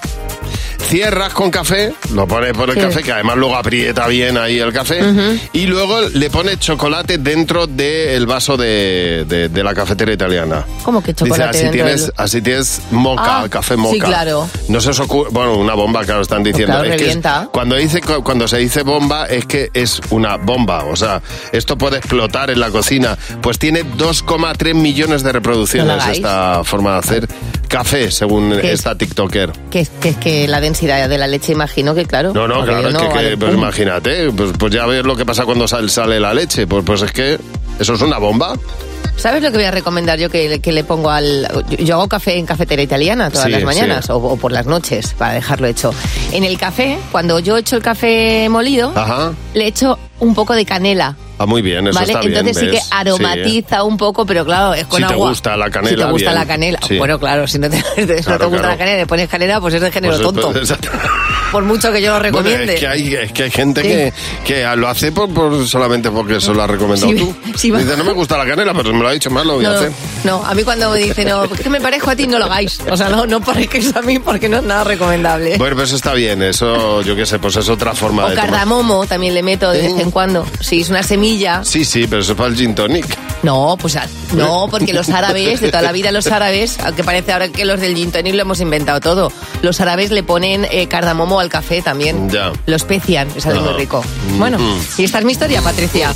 Cierras con café, lo pones por el Sí. café, que además luego aprieta bien ahí el café, Ujú. y luego le pones chocolate dentro del vaso de, de, de la cafetera italiana. ¿Cómo que Dice, chocolate así dentro tienes, del- así tienes moca, Ah, café moca. sí, claro. No se os ocurre, bueno, una bomba, claro, están diciendo. claro, es que es- revienta. cuando, dice, cuando se dice bomba es que es una bomba, o sea, esto puede explotar en la cocina. Pues tiene dos coma tres millones de No reproducciones lo hagáis. esta forma de hacer café, según ¿Qué es? esta TikToker. Que es que, es que la densidad de la leche, imagino que claro. No, no, porque claro, es no que, que, vale, pues pum. imagínate, pues, pues ya ves lo que pasa cuando sale, sale la leche, pues, pues es que eso es una bomba. ¿Sabes lo que voy a recomendar yo que, que le pongo al... Yo, yo hago café en cafetera italiana todas Sí, las mañanas sí. o, o por las noches para dejarlo hecho. En el café, cuando yo echo el café molido, Ajá. le echo un poco de canela. Ah, muy bien, eso ¿Vale? está bien. Entonces sí que ¿ves? aromatiza un poco, pero claro, es con Si te agua. gusta la canela, Si te gusta bien. la canela. Sí. Bueno, claro, si no te, si no te Claro, gusta claro. la canela y le pones canela, pues es de género Pues, tonto. pues, exacto. Por mucho que yo lo Bueno, recomiende. es que hay, es que hay gente Sí. que, que lo hace por, por- solamente porque eso lo has recomendado Sí, tú. sí, va. Dice, no me gusta la canela, pero me lo ha dicho más, lo voy a No, hacer. no, a mí cuando me dicen, no, es que me parezco a ti, no lo hagáis. O sea, no, no parezcáis a mí porque no es nada recomendable. Bueno, pues está bien, eso yo qué sé, pues es otra forma O de tomar. cardamomo también le meto de vez en cuando. Si es una semilla. Sí, sí, pero eso es para el gin tonic. No, pues a- no, porque los árabes, de toda la vida los árabes, aunque parece ahora que los del gin tonic lo hemos inventado todo, los árabes le ponen eh, cardamomo al café también. Ya. Lo especian, y sale muy Ajá. rico. Bueno, Mm. y esta es mi historia, Patricia.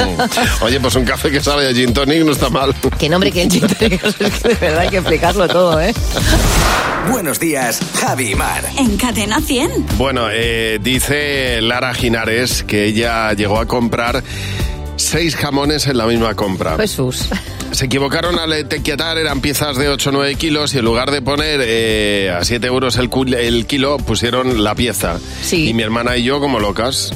Oye, pues un café que sabe a gin tonic no está mal. Que nombre que el gin tonic, es que de verdad hay que explicarlo todo, ¿eh? Buenos días, Javi y Mar. En Cadena cien. Bueno, eh, dice Lara Ginares que ella llegó a comprar seis jamones en la misma compra. Jesús. Se equivocaron al etiquetar, eran piezas de ocho o nueve kilos y en lugar de poner eh, a siete euros el, cul- el kilo, pusieron la pieza. Sí. Y mi hermana y yo, como locas,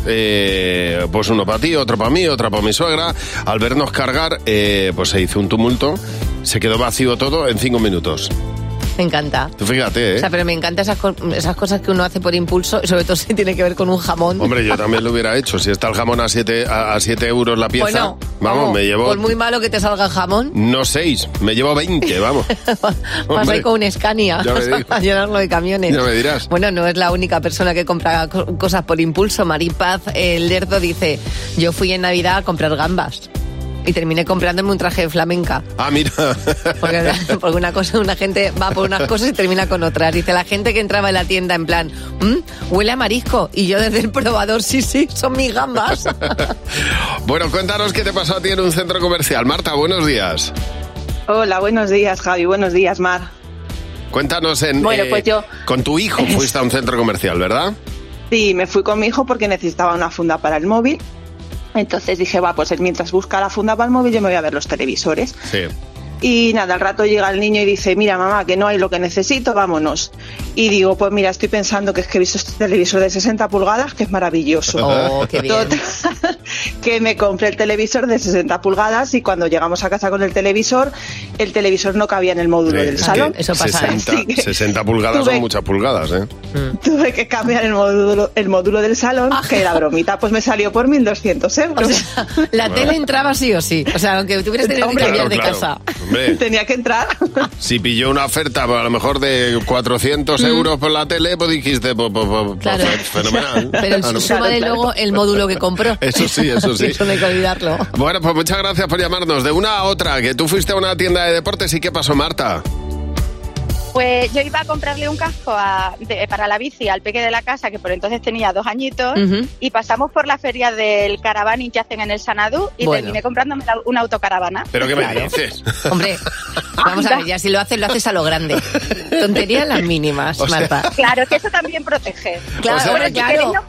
eh, pues uno para ti, otro para mí, otra para mi suegra. Al vernos cargar, eh, pues se hizo un tumulto, se quedó vacío todo en cinco minutos. Me encanta. Tú fíjate, ¿eh? O sea, pero me encantan esas, co- esas cosas que uno hace por impulso, sobre todo si tiene que ver con un jamón. Hombre, yo también lo hubiera hecho. Si está el jamón a siete a, a siete euros la pieza, Bueno, vamos, me llevo... Por muy malo que te salga el jamón, No seis, me llevo veinte, vamos. vas Hombre, ahí con un Scania ya me digo. a llenarlo de camiones. Ya me dirás. Bueno, no es la única persona que compra co- cosas por impulso. Maripaz, el Lerdo, dice, yo fui en Navidad a comprar gambas. Y terminé comprándome un traje de flamenca. Ah, mira. Porque, porque una cosa, una gente va por unas cosas y termina con otras. Dice la gente que entraba en la tienda en plan, "Mm, huele a marisco". Y yo desde el probador, sí, sí, son mis gambas. Bueno, cuéntanos qué te pasó a ti en un centro comercial. Marta, buenos días. Hola, buenos días, Javi. Buenos días, Mar. Cuéntanos en... Bueno, pues yo- Con tu hijo fuiste a un centro comercial, ¿verdad? Sí, me fui con mi hijo porque necesitaba una funda para el móvil. Entonces dije, va, pues mientras busca la funda para el móvil yo me voy a ver los televisores. Sí. Y nada, al rato llega el niño y dice, mira mamá, que no hay lo que necesito, vámonos. Y digo, pues mira, estoy pensando que es que he visto este televisor de sesenta pulgadas, que es maravilloso. Oh, qué bien. Total, que me compré el televisor de sesenta pulgadas y cuando llegamos a casa con el televisor, el televisor no cabía en el módulo Eh, del es salón. que sesenta, Así que sesenta pulgadas tuve- son muchas pulgadas, ¿eh? Tuve que cambiar el módulo, el módulo del salón, que era bromita, pues me salió por mil doscientos euros. La tele entraba sí o sí. O sea, aunque tuvieras tenido que Hombre, cambiar de claro, casa. Hombre, Tenía que entrar. si pilló una oferta pues, a lo mejor de cuatrocientos euros por la tele, pues dijiste, pues, pues, pues, Mm. Claro. pues, fenomenal. Pero el- Ah, no. súmale luego el módulo que compró. Eso sí, eso sí. Eso no hay que olvidarlo. Bueno, pues muchas gracias por llamarnos. De una a otra, que tú fuiste a una tienda de deportes y ¿qué pasó, Marta? Pues yo iba a comprarle un casco a- de- para la bici al peque de la casa, que por entonces tenía dos añitos, Ujú. y pasamos por la feria del caravaning que hacen en el Sanadú y Bueno. terminé comprándome la- una autocaravana. ¿Pero qué me Claro. dices? Hombre, vamos a ver, ya si lo haces, lo haces a lo grande. Tonterías las mínimas, O sea- Marta. Claro, es que eso también protege. Claro, O sea- Bueno, claro. chiquillos,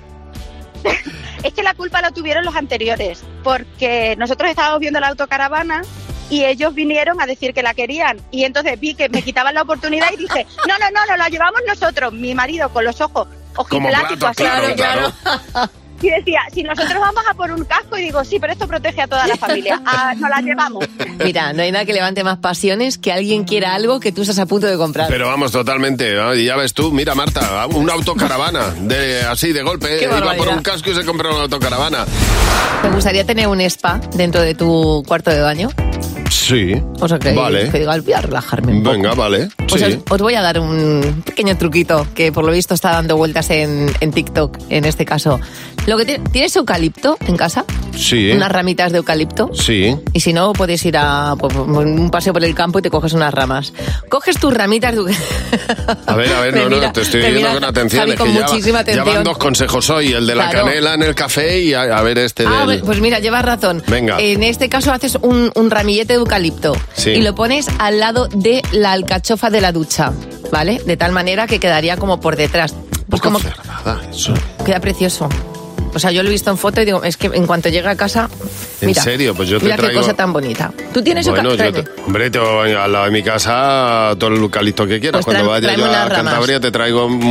es que la culpa la tuvieron los anteriores, porque nosotros estábamos viendo la autocaravana y ellos vinieron a decir que la querían. Y entonces vi que me quitaban la oportunidad y dije, no, no, no, no, la llevamos nosotros. Mi marido con los ojos ojipláticos, así. Claro, claro. Y decía, si nosotros vamos a por un casco, y digo, sí, pero esto protege a toda la familia. Ah, nos la llevamos. Mira, no hay nada que levante más pasiones que alguien quiera algo que tú estás a punto de comprar. Pero vamos, totalmente. ¿no? Y ya ves tú, mira, Marta, una autocaravana, de, así de golpe. Qué iba barbaridad. por un casco y se compró una autocaravana. ¿Te gustaría tener un spa dentro de tu cuarto de baño? Sí. O sea que, vale. que digas, voy a relajarme un poco. Venga, vale. Pues sí. os, os voy a dar un pequeño truquito que por lo visto está dando vueltas en, en TikTok, en este caso. Lo que tiene- ¿Tienes eucalipto en casa? Sí. Unas ramitas de eucalipto. Sí. Y si no, puedes ir a pues, un paseo por el campo y te coges unas ramas. Coges tus ramitas de eucalipto. A ver, a ver, Me no, mira- no, te estoy me viendo mira con atención. Javi es con que ya, va- muchísima ya van atención. dos consejos hoy, el de la Claro. canela en el café y a, a ver este Ah, del... pues mira, llevas razón. Venga. En este caso haces un, un ramillete de eucalipto Sí. y lo pones al lado de la alcachofa de la ducha, ¿vale? De tal manera que quedaría como por detrás. Pues como Nada, eso. queda precioso. O sea, yo lo he visto en foto y digo, es que en cuanto llega a casa, ¿En mira, serio? Pues yo te mira qué traigo... cosa tan bonita. ¿Tú tienes Bueno, yo eucalipto? te- hombre, tengo al lado de mi casa todo el eucalipto que quieras. Pues Cuando trae- vaya tráeme yo a unas ramas. Cantabria te traigo un,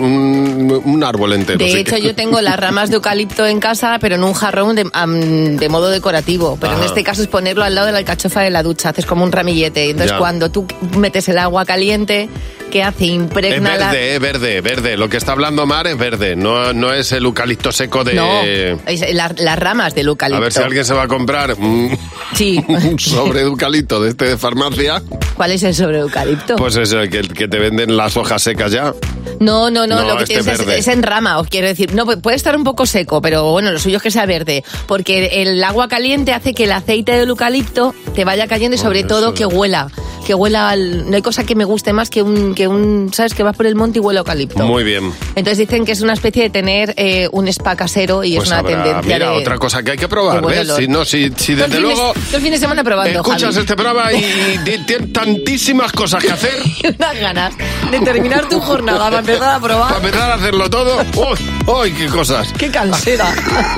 un- un árbol entero. De sí hecho, que- yo tengo las ramas de eucalipto en casa, pero en un jarrón de, am, de modo decorativo. Pero en Ajá. este caso es ponerlo al lado de la alcachofa de la ducha. Haces como un ramillete. Y entonces, Ya. cuando tú metes el agua caliente, ¿qué hace? Es Impregna la... verde, es verde, verde. Lo que está hablando Mar es verde, no, no es el eucalipto seco de... No, es la- las ramas del eucalipto. A ver si alguien se va a comprar un, Sí. un sobre de eucalipto de este de farmacia. ¿Cuál es el sobre eucalipto? Pues es el que, que te venden las hojas secas ya. No, no, no, No, lo que este tienes es, verde. es en rama, os quiero decir. No, pu- puede estar un poco seco, pero bueno, lo suyo es que sea verde. Porque el agua caliente hace que el aceite del eucalipto te vaya cayendo y sobre Oh, todo eso. que huela. Que huela al... No hay cosa que me guste más que un... Que un ¿sabes? Que vas por el monte y huele a eucalipto. Muy bien. Entonces dicen que es una especie de tener eh, un spa casero y Pues es una habrá, tendencia mira, de... otra cosa que hay que de probar, buen ¿ves? olor. Si, no, si, si Todo el desde fin de- luego todo el fin de semana probando, escuchas Javi. este programa y ti- tienes tantísimas cosas que hacer Unas ganas de terminar tu jornada para empezar a probar. para empezar a hacerlo todo. ¡Uy! ¡Uy, qué cosas! ¡Qué cansera!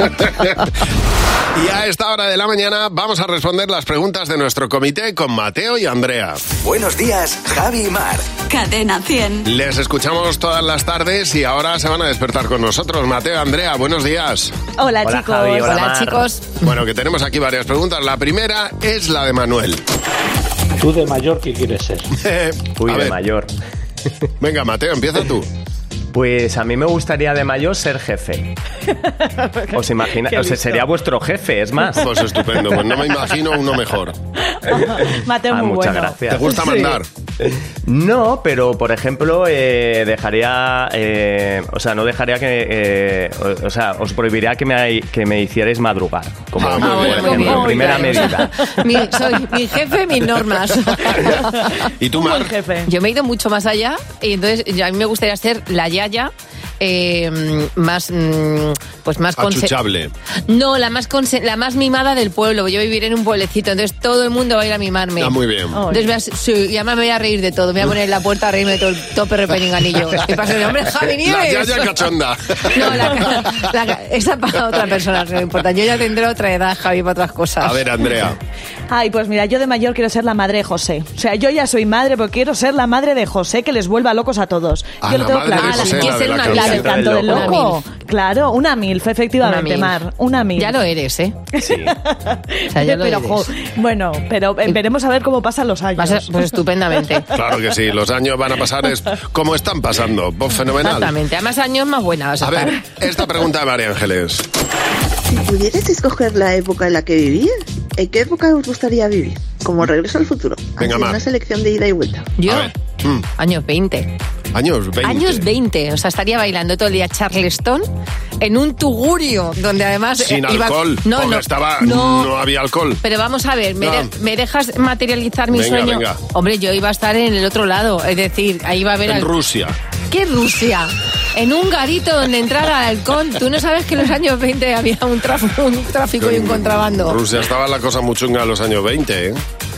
Y a esta hora de la mañana vamos a responder las preguntas de nuestro comité con Mateo y Andrea. Buenos días, Javi y Mar. Cadena cien. Les escuchamos todas las tardes y ahora se van a despertar con nosotros. Mateo, Andrea, buenos días. Hola, Hola, chicos. Javi, hola, Hola, Mar. chicos. Bueno, que tenemos aquí varias preguntas. La primera es la de Manuel. ¿Tú de mayor qué quieres ser? Uy, A de ver. mayor. Venga, Mateo, empieza tú. Pues a mí me gustaría de mayor ser jefe. ¿Os imagináis? Qué O sea, listo. sería vuestro jefe, es más. Pues estupendo, pues no me imagino uno mejor. Mateo, Ah, muy muchas bueno. gracias. ¿Te gusta Sí. mandar? No, pero por ejemplo, eh, dejaría. eh, o sea, no dejaría que. eh, o, o sea, os prohibiría que me, que me hicierais madrugar. Como Ah, muy por bien, ejemplo, muy bien. primera Muy bien. medida. Mi, soy mi jefe, mis normas. ¿Y tú, Mar? Jefe. Yo me he ido mucho más allá y entonces yo- a mí me gustaría ser la yaya eh, más mm, pues más conse- Achuchable. no la más conse- la más mimada del pueblo. Yo viviré en un pueblecito, entonces todo el mundo va a ir a mimarme. Ah, muy bien. Entonces voy a- sí, y además me voy a reír de todo, me voy a poner en la puerta a reírme de todo el tope repeninganillo. Y pasa el hombre Javi La Nieves. yaya cachonda. No, la, la- esa para otra persona, no me importa. Yo ya tendré otra edad, Javi, para otras cosas. A ver, Andrea. Ay, pues mira, yo de mayor quiero ser la madre de José. O sea, yo ya soy madre, pero quiero ser la madre de José que les vuelva locos a todos. Ah, yo la lo tengo madre de claro. José, Ah, la de la la que La os del entra canto el del loco. loco. Claro, una milf, efectivamente, Una milf. Mar. Una milf. Ya lo eres, ¿eh? Sí. O sea, ya lo pero, eres. jo, bueno, pero eh, veremos a ver cómo pasan los años. Vas a- pues estupendamente. Claro que sí, los años van a pasar es como están pasando. Pues fenomenal. Exactamente. Además, años más buenas vas a, A ver, estar. esta pregunta de María Ángeles. Si pudieras escoger la época en la que vivir, ¿en qué época os gustaría vivir? Como Regreso al Futuro. Venga, Así, Mar. una selección de ida y vuelta. Yo, A ver. Mm, años veinte. años veinte. Años veinte. O sea, estaría bailando todo el día Charleston en un tugurio, donde además... Sin eh, iba- alcohol. No, porque no, estaba, no. no había alcohol. Pero vamos a ver, ¿me, No. de- ¿me dejas materializar mi Venga, sueño? venga. Hombre, yo iba a estar en el otro lado. Es decir, ahí iba a haber... En al- Rusia. ¿Qué Rusia? En un garito donde entrara halcón. Tú no sabes que en los años veinte había un, traf- un tráfico y un contrabando. Rusia estaba la cosa muy chunga en los años veinte, ¿eh?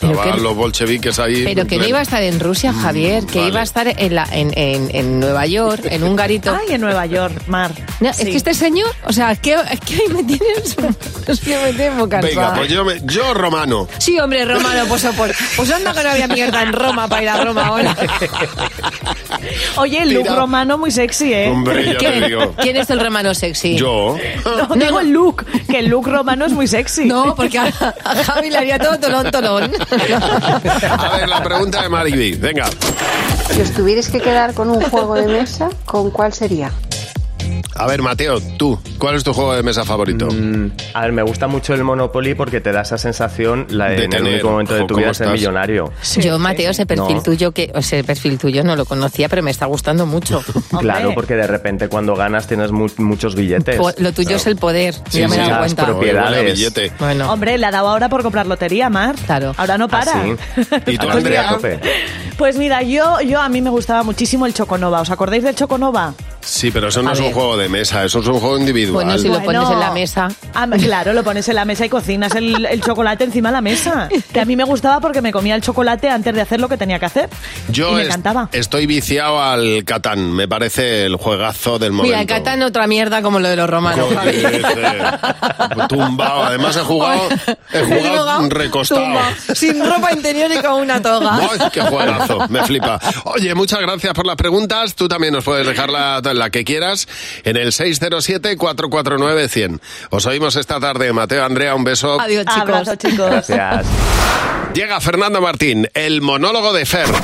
Estaban que- los bolcheviques ahí. Pero que no iba a estar en Rusia, Javier, que vale. iba a estar en, la, en, en, en Nueva York, en un garito. Ay, en Nueva York, Mar. No, Sí. Es que este señor, o sea, ¿qué, qué hoy me tienes? Es que me tengo cansada. Venga, pues yo, me- yo romano. Sí, hombre, romano, pues, pues, pues anda que no había mierda en Roma para ir a Roma ahora. Oye, el look Tira. romano muy sexy, ¿eh? Hombre, ya te ¿Quién, digo. quién es el romano sexy? Yo. No, digo el look, que el look romano es muy sexy. No, porque a, a Javi le haría todo tolón, tolón. A ver, la pregunta de Mariby. Venga. Si os tuvierais que quedar con un juego de mesa, ¿con cuál sería? A ver, Mateo, tú, ¿cuál es tu juego de mesa favorito? Mm, a ver, me gusta mucho el Monopoly porque te da esa sensación la, De en el tener, único momento de ojo, tu ¿cómo vida ser estás? millonario. Yo, Mateo, ese perfil No. tuyo, que ese perfil tuyo no lo conocía, pero me está gustando mucho. Claro, porque de repente cuando ganas tienes mu- muchos billetes. Po- lo tuyo es el poder, Sí, ya me he sí, dado las cuenta. propiedades. billete. Bueno. Hombre, le ha dado ahora por comprar lotería, Mar. Claro. Ahora no para. Ah, sí. ¿Y tú, Ahora estoy a Andrea? tope. Pues mira, yo, yo a mí me gustaba muchísimo el Choconova. ¿Os acordáis del Choconova? Sí, pero eso no A es un ver. juego de mesa, eso es un juego individual. Bueno, si lo Bueno. pones en la mesa. Ah, claro, lo pones en la mesa y cocinas el, el chocolate encima de la mesa. Que a mí me gustaba porque me comía el chocolate antes de hacer lo que tenía que hacer. Yo y me es- encantaba. estoy viciado al Catán, me parece el juegazo del momento. Mira, el Catán otra mierda como lo de los romanos. Joder, tumbado, además he jugado, he jugado recostado. Tumba, sin ropa interior y con una toga. ¡Ay, qué juegazo! Me flipa. Oye, muchas gracias por las preguntas. Tú también nos puedes dejar la, la que quieras en el seis cero siete, cuatro cuatro nueve, cien. Os oímos esta tarde. Mateo, Andrea, un beso. Adiós, chicos. Abrazo, chicos. Gracias. Llega Fernando Martín, el monólogo de Fer.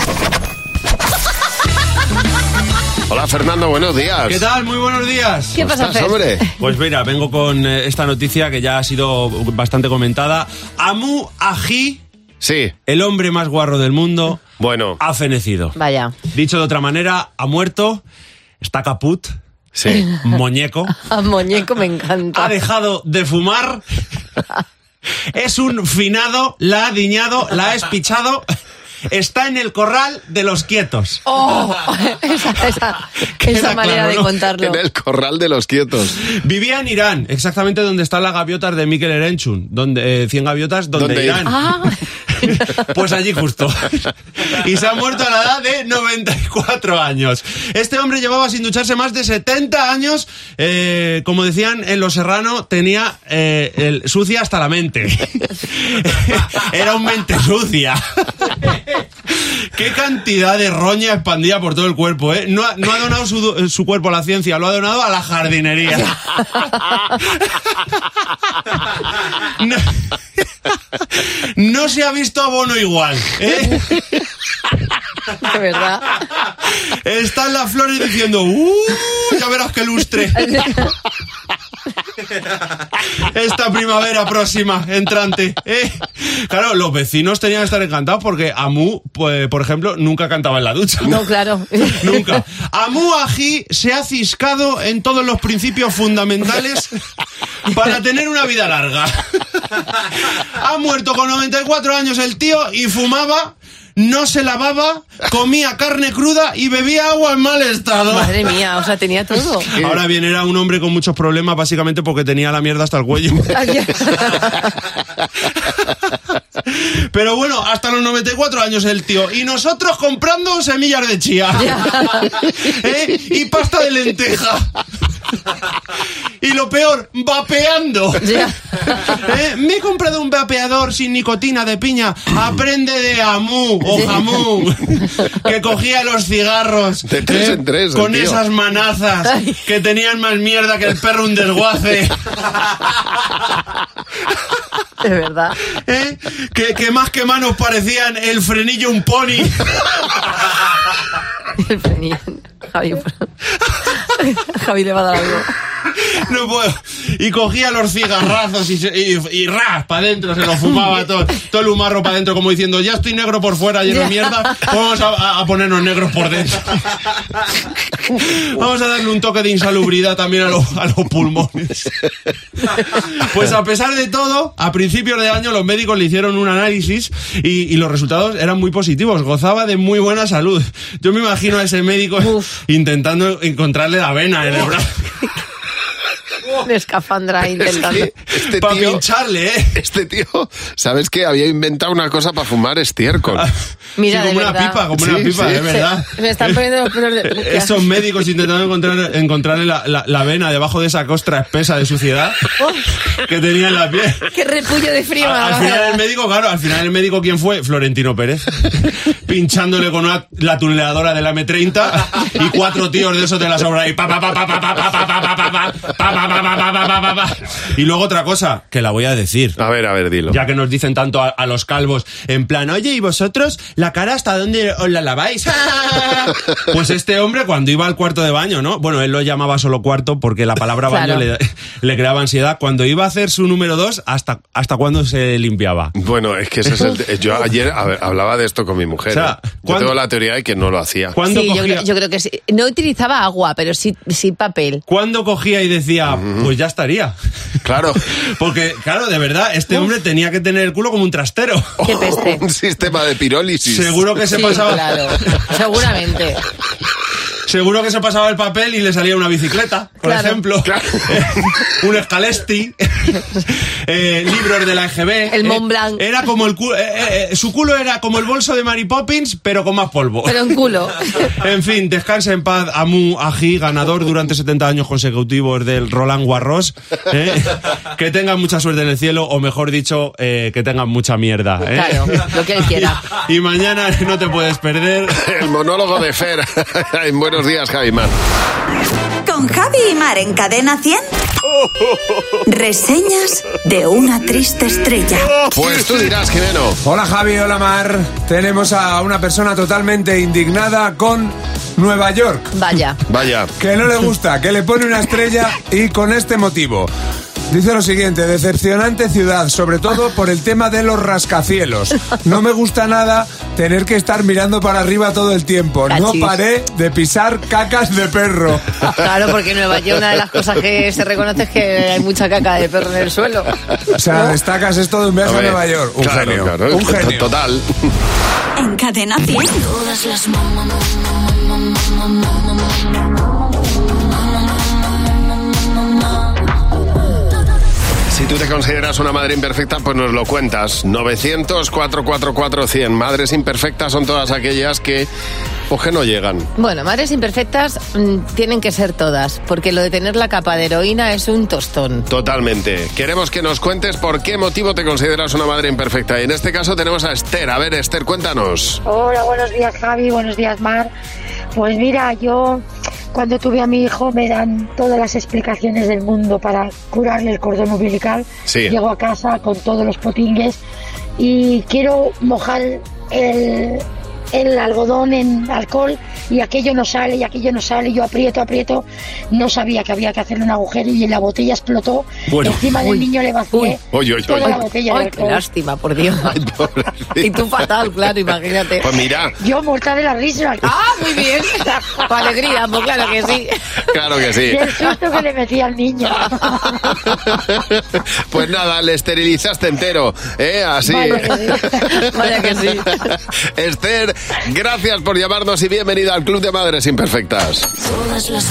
Hola, Fernando, buenos días. ¿Qué tal? Muy buenos días. ¿Qué ¿Cómo pasa, estás, Fer? hombre? Pues mira, vengo con eh, esta noticia que ya ha sido bastante comentada. Amu Aji, Sí, el hombre más guarro del mundo, bueno, ha fenecido. Vaya. Dicho de otra manera, ha muerto, está caput, sí. muñeco, A muñeco me encanta. ha dejado de fumar, es un finado, la ha diñado, la ha espichado, está en el corral de los quietos. Oh, esa, esa, Queda esa manera claro, de ¿no? contarlo. En el corral de los quietos. Vivía en Irán, exactamente donde están las gaviotas de Mikel Erenchun, donde eh, cien gaviotas, donde ¿Dónde Irán. Ah, Pues allí justo. Y se ha muerto a la edad de noventa y cuatro años. Este hombre llevaba sin ducharse más de setenta años. Eh, como decían en Los Serrano, tenía eh, el, sucia hasta la mente. Era un mente sucia. Qué cantidad de roña expandida por todo el cuerpo, ¿eh? No ha, no ha donado su, su cuerpo a la ciencia, lo ha donado a la jardinería. No, no se ha visto abono igual, ¿eh? de verdad. Están las flores diciendo, ¡uh! Ya verás qué lustre. Esta primavera próxima, entrante. ¿eh? Claro, los vecinos tenían que estar encantados porque Amu, pues, por ejemplo, nunca cantaba en la ducha. No, claro. Nunca. Amu Aji se ha ciscado en todos los principios fundamentales para tener una vida larga. Ha muerto con noventa y cuatro años el tío y fumaba, no se lavaba, comía carne cruda y bebía agua en mal estado. Madre mía, o sea, tenía todo. Ahora bien, era un hombre con muchos problemas básicamente porque tenía la mierda hasta el cuello. Pero bueno, hasta los noventa y cuatro años el tío. Y nosotros comprando semillas de chía. ¿Eh? Y pasta de lenteja. Y lo peor, vapeando. ¿Eh? Me he comprado un vapeador sin nicotina de piña. Aprende de Amu o Jamú, que cogía los cigarros De tres ¿eh? en tres, el con tío. esas manazas que tenían más mierda que el perro un desguace. De verdad. ¿Eh? Que, que más que manos parecían el frenillo un pony. El frenillo. Javi, Javi le va a dar algo. No puedo. Y cogía los cigarrazos y, se- y, y ras para adentro, se lo fumaba todo, todo el humarro para adentro, como diciendo, ya estoy negro por fuera, lleno de mierda, vamos a, a ponernos negros por dentro. Vamos a darle un toque de insalubridad también a, los- a los pulmones. Pues a pesar de todo, a principios de año los médicos le hicieron un análisis y, y los resultados eran muy positivos, gozaba de muy buena salud. Yo me imagino a ese médico intentando encontrarle la vena en el brazo. En escafandra intentando. Es que este Para tío, pincharle, ¿eh? Este tío, ¿sabes qué? Había inventado una cosa para fumar estiércol. Mira, sí, como de una verdad. pipa, como Sí, una pipa, sí. es verdad. Me están poniendo los pelos de... Esos médicos intentando encontrar, encontrarle la, la, la vena debajo de esa costra espesa de suciedad que tenía en la piel. ¡Qué repullo de frío! Al, al me final da. el médico, claro, al final el médico, ¿quién fue? Florentino Pérez. Pinchándole con una, la tuneladora de la eme treinta y cuatro tíos de esos de la sobra y pa pa pa pa pa pa pa pa pa pa pa pa pa pa pa pa pa. Y luego otra cosa, que la voy a decir. A ver, a ver, dilo. Ya que nos dicen tanto a, a los calvos, en plan, oye, ¿y vosotros la cara hasta dónde os la laváis? Pues este hombre cuando iba al cuarto de baño, ¿no? Bueno, él lo llamaba solo cuarto porque la palabra baño Claro. le, le creaba ansiedad. Cuando iba a hacer su número dos, ¿hasta, hasta cuándo se limpiaba? Bueno, es que ese es el... Yo ayer a ver, hablaba de esto con mi mujer. O sea, ¿eh? Yo ¿cuándo- tengo la teoría de que no lo hacía. ¿Cuándo Sí, yo cogía, creo, yo creo que sí. No utilizaba agua, pero sí, sí papel. ¿cuándo cogía y decía, pues ya estaría? Claro. Porque, claro, de verdad, este hombre tenía que tener el culo como un trastero. ¡Qué peste! Un sistema de pirólisis. Seguro que se Sí, pasaba... claro. Seguramente. Seguro que se pasaba el papel y le salía una bicicleta, por Claro. ejemplo. Un escalesti. eh, libros de la E G B. El eh, Mont Blanc. Era como el culo... eh, eh, su culo era como el bolso de Mary Poppins, pero con más polvo. Pero en culo. En fin, descanse en paz, Amu Aji, ganador durante setenta años consecutivos del Roland Garros. ¿eh? Que tengan mucha suerte en el cielo, o mejor dicho, eh, que tengan mucha mierda. ¿eh? Claro, lo que él quiera. Y, y mañana no te puedes perder. El monólogo de Fer. En Buenos Días, Javi Mar. Con Javi y Mar en Cadena cien. Reseñas de una triste estrella. Pues tú dirás, Jimeno. Hola Javi, hola Mar. Tenemos a una persona totalmente indignada con Nueva York. Vaya. Vaya. Que no le gusta, que le pone una estrella y con este motivo. Dice lo siguiente: decepcionante ciudad, sobre todo por el tema de los rascacielos. No me gusta nada tener que estar mirando para arriba todo el tiempo. No Cachis. paré de pisar cacas de perro. Claro, porque en Nueva York una de las cosas que se reconoce es que hay mucha caca de perro en el suelo. O sea, destacas esto de un viaje a Hombre, Nueva York. Un claro, genio. claro, Un genio. Total. En Cadena cien. Todas las Si tú te consideras una madre imperfecta, pues nos lo cuentas. novecientos, cuatrocientos cuarenta y cuatro, cien. Madres imperfectas son todas aquellas que, pues que no llegan. Bueno, madres imperfectas mm, tienen que ser todas, porque lo de tener la capa de heroína es un tostón. Totalmente. Queremos que nos cuentes por qué motivo te consideras una madre imperfecta. Y en este caso tenemos a Esther. A ver, Esther, cuéntanos. Hola, buenos días Javi, buenos días Mar. Pues mira, yo cuando tuve a mi hijo me dan todas las explicaciones del mundo para curarle el cordón umbilical. Sí. Llego a casa con todos los potingues y quiero mojar el, el algodón en alcohol y aquello no sale y aquello no sale. Yo aprieto, aprieto. No sabía que había que hacerle un agujero y la botella explotó. Bueno. Encima del Uy. niño le vacié Uy, uy, toda uy. la botella de Ay, qué alcohol. lástima, por Dios. Y tú fatal, claro, imagínate. Pues mira, Yo muerta de la risa. Ah, muy bien. Con alegría, pues claro que sí. claro que sí. Del susto que le metí al niño. Pues nada, le esterilizaste entero, ¿eh? Así. Vaya que sí. Vaya que sí. Esther, gracias por llamarnos y bienvenida al Club de Madres Imperfectas. Todas las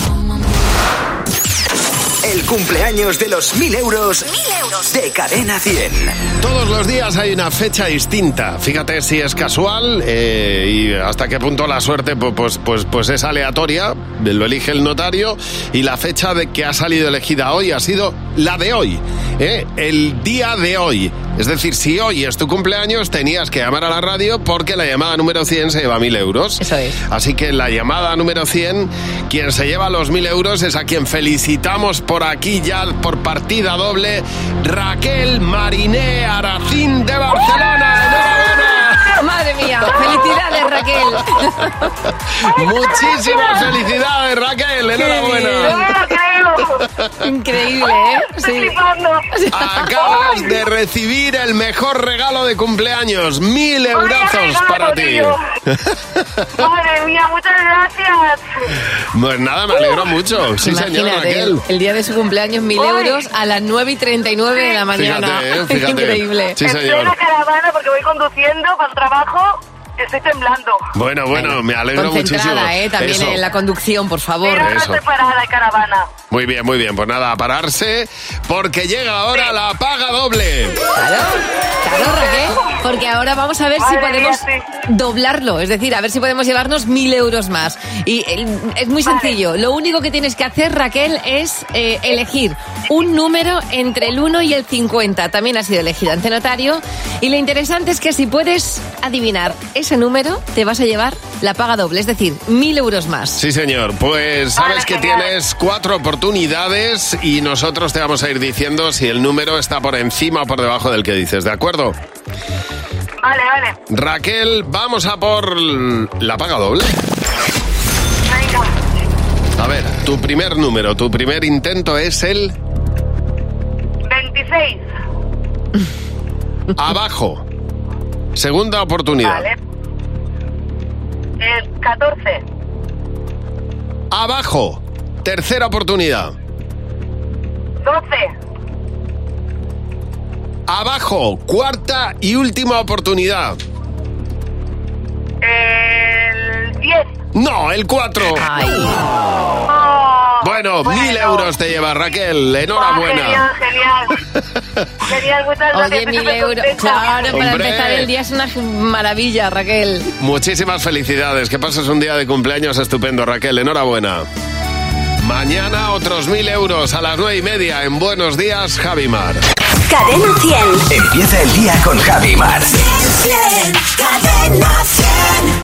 El cumpleaños de los mil euros, mil euros de Cadena cien. Todos los días hay una fecha distinta. Fíjate si es casual eh, y hasta qué punto la suerte pues, pues, pues, pues es aleatoria, lo elige el notario y la fecha de que ha salido elegida hoy ha sido la de hoy, ¿eh? El día de hoy. Es decir, si hoy es tu cumpleaños, tenías que llamar a la radio porque la llamada número cien se lleva mil euros. Eso es. Así que la llamada número cien, quien se lleva los mil euros es a quien felicitamos por aquí ya por partida doble, Raquel Mariné Aracín de Barcelona. ¡Enhorabuena! Madre mía, felicidades Raquel. Muchísimas felicidades, Raquel. Enhorabuena. Increíble, ¿eh? Sí. Acabas de recibir el mejor regalo de cumpleaños. Mil eurazos para ti. Madre mía, muchas gracias. Pues nada, me alegro mucho. Sí, señor, Imagínate, Raquel. el día de su cumpleaños, mil euros a las nueve y treinta y nueve de la mañana. Fíjate, eh, fíjate. Increíble. Sí, En señor. plena caravana porque voy conduciendo para el trabajo. Estoy temblando. Bueno, bueno, me alegro muchísimo. Concentrada, ¿eh? También Eso. en la conducción, por favor. Pero no Eso. estoy parada en caravana. Muy bien, muy bien. Pues nada, a pararse, porque llega ahora la paga doble. Claro, claro, Raquel, porque ahora vamos a ver si podemos doblarlo, es decir, a ver si podemos llevarnos mil euros más. Y eh, es muy sencillo, lo único que tienes que hacer, Raquel, es eh, elegir un número entre el uno y el cincuenta. También ha sido elegido ante notario. Y lo interesante es que si puedes adivinar ese número, te vas a llevar la paga doble, es decir, mil euros más. Sí, señor. Pues sabes que tienes cuatro oportunidades y nosotros te vamos a ir diciendo si el número está por encima o por debajo del que dices, ¿de acuerdo? Vale, vale. Raquel, vamos a por la paga doble. Venga. A ver, tu primer número, tu primer intento es el... veintiséis. Abajo. Segunda oportunidad. Vale. El catorce. Abajo. Tercera oportunidad. doce. Abajo. Cuarta y última oportunidad. El diez. No, el cuatro. Oh, bueno, bueno. mil euros te lleva, Raquel. Enhorabuena. Ah, genial, genial. Genial, muchas gracias. Oye, mil euros. Claro, para Hombre. empezar el día es una maravilla, Raquel. Muchísimas felicidades. Que pases un día de cumpleaños estupendo, Raquel. Enhorabuena. Mañana otros mil euros a las nueve y media en Buenos Días, Javi Mar. Cadena cien. Empieza el día con Javi Mar. Cadena cien.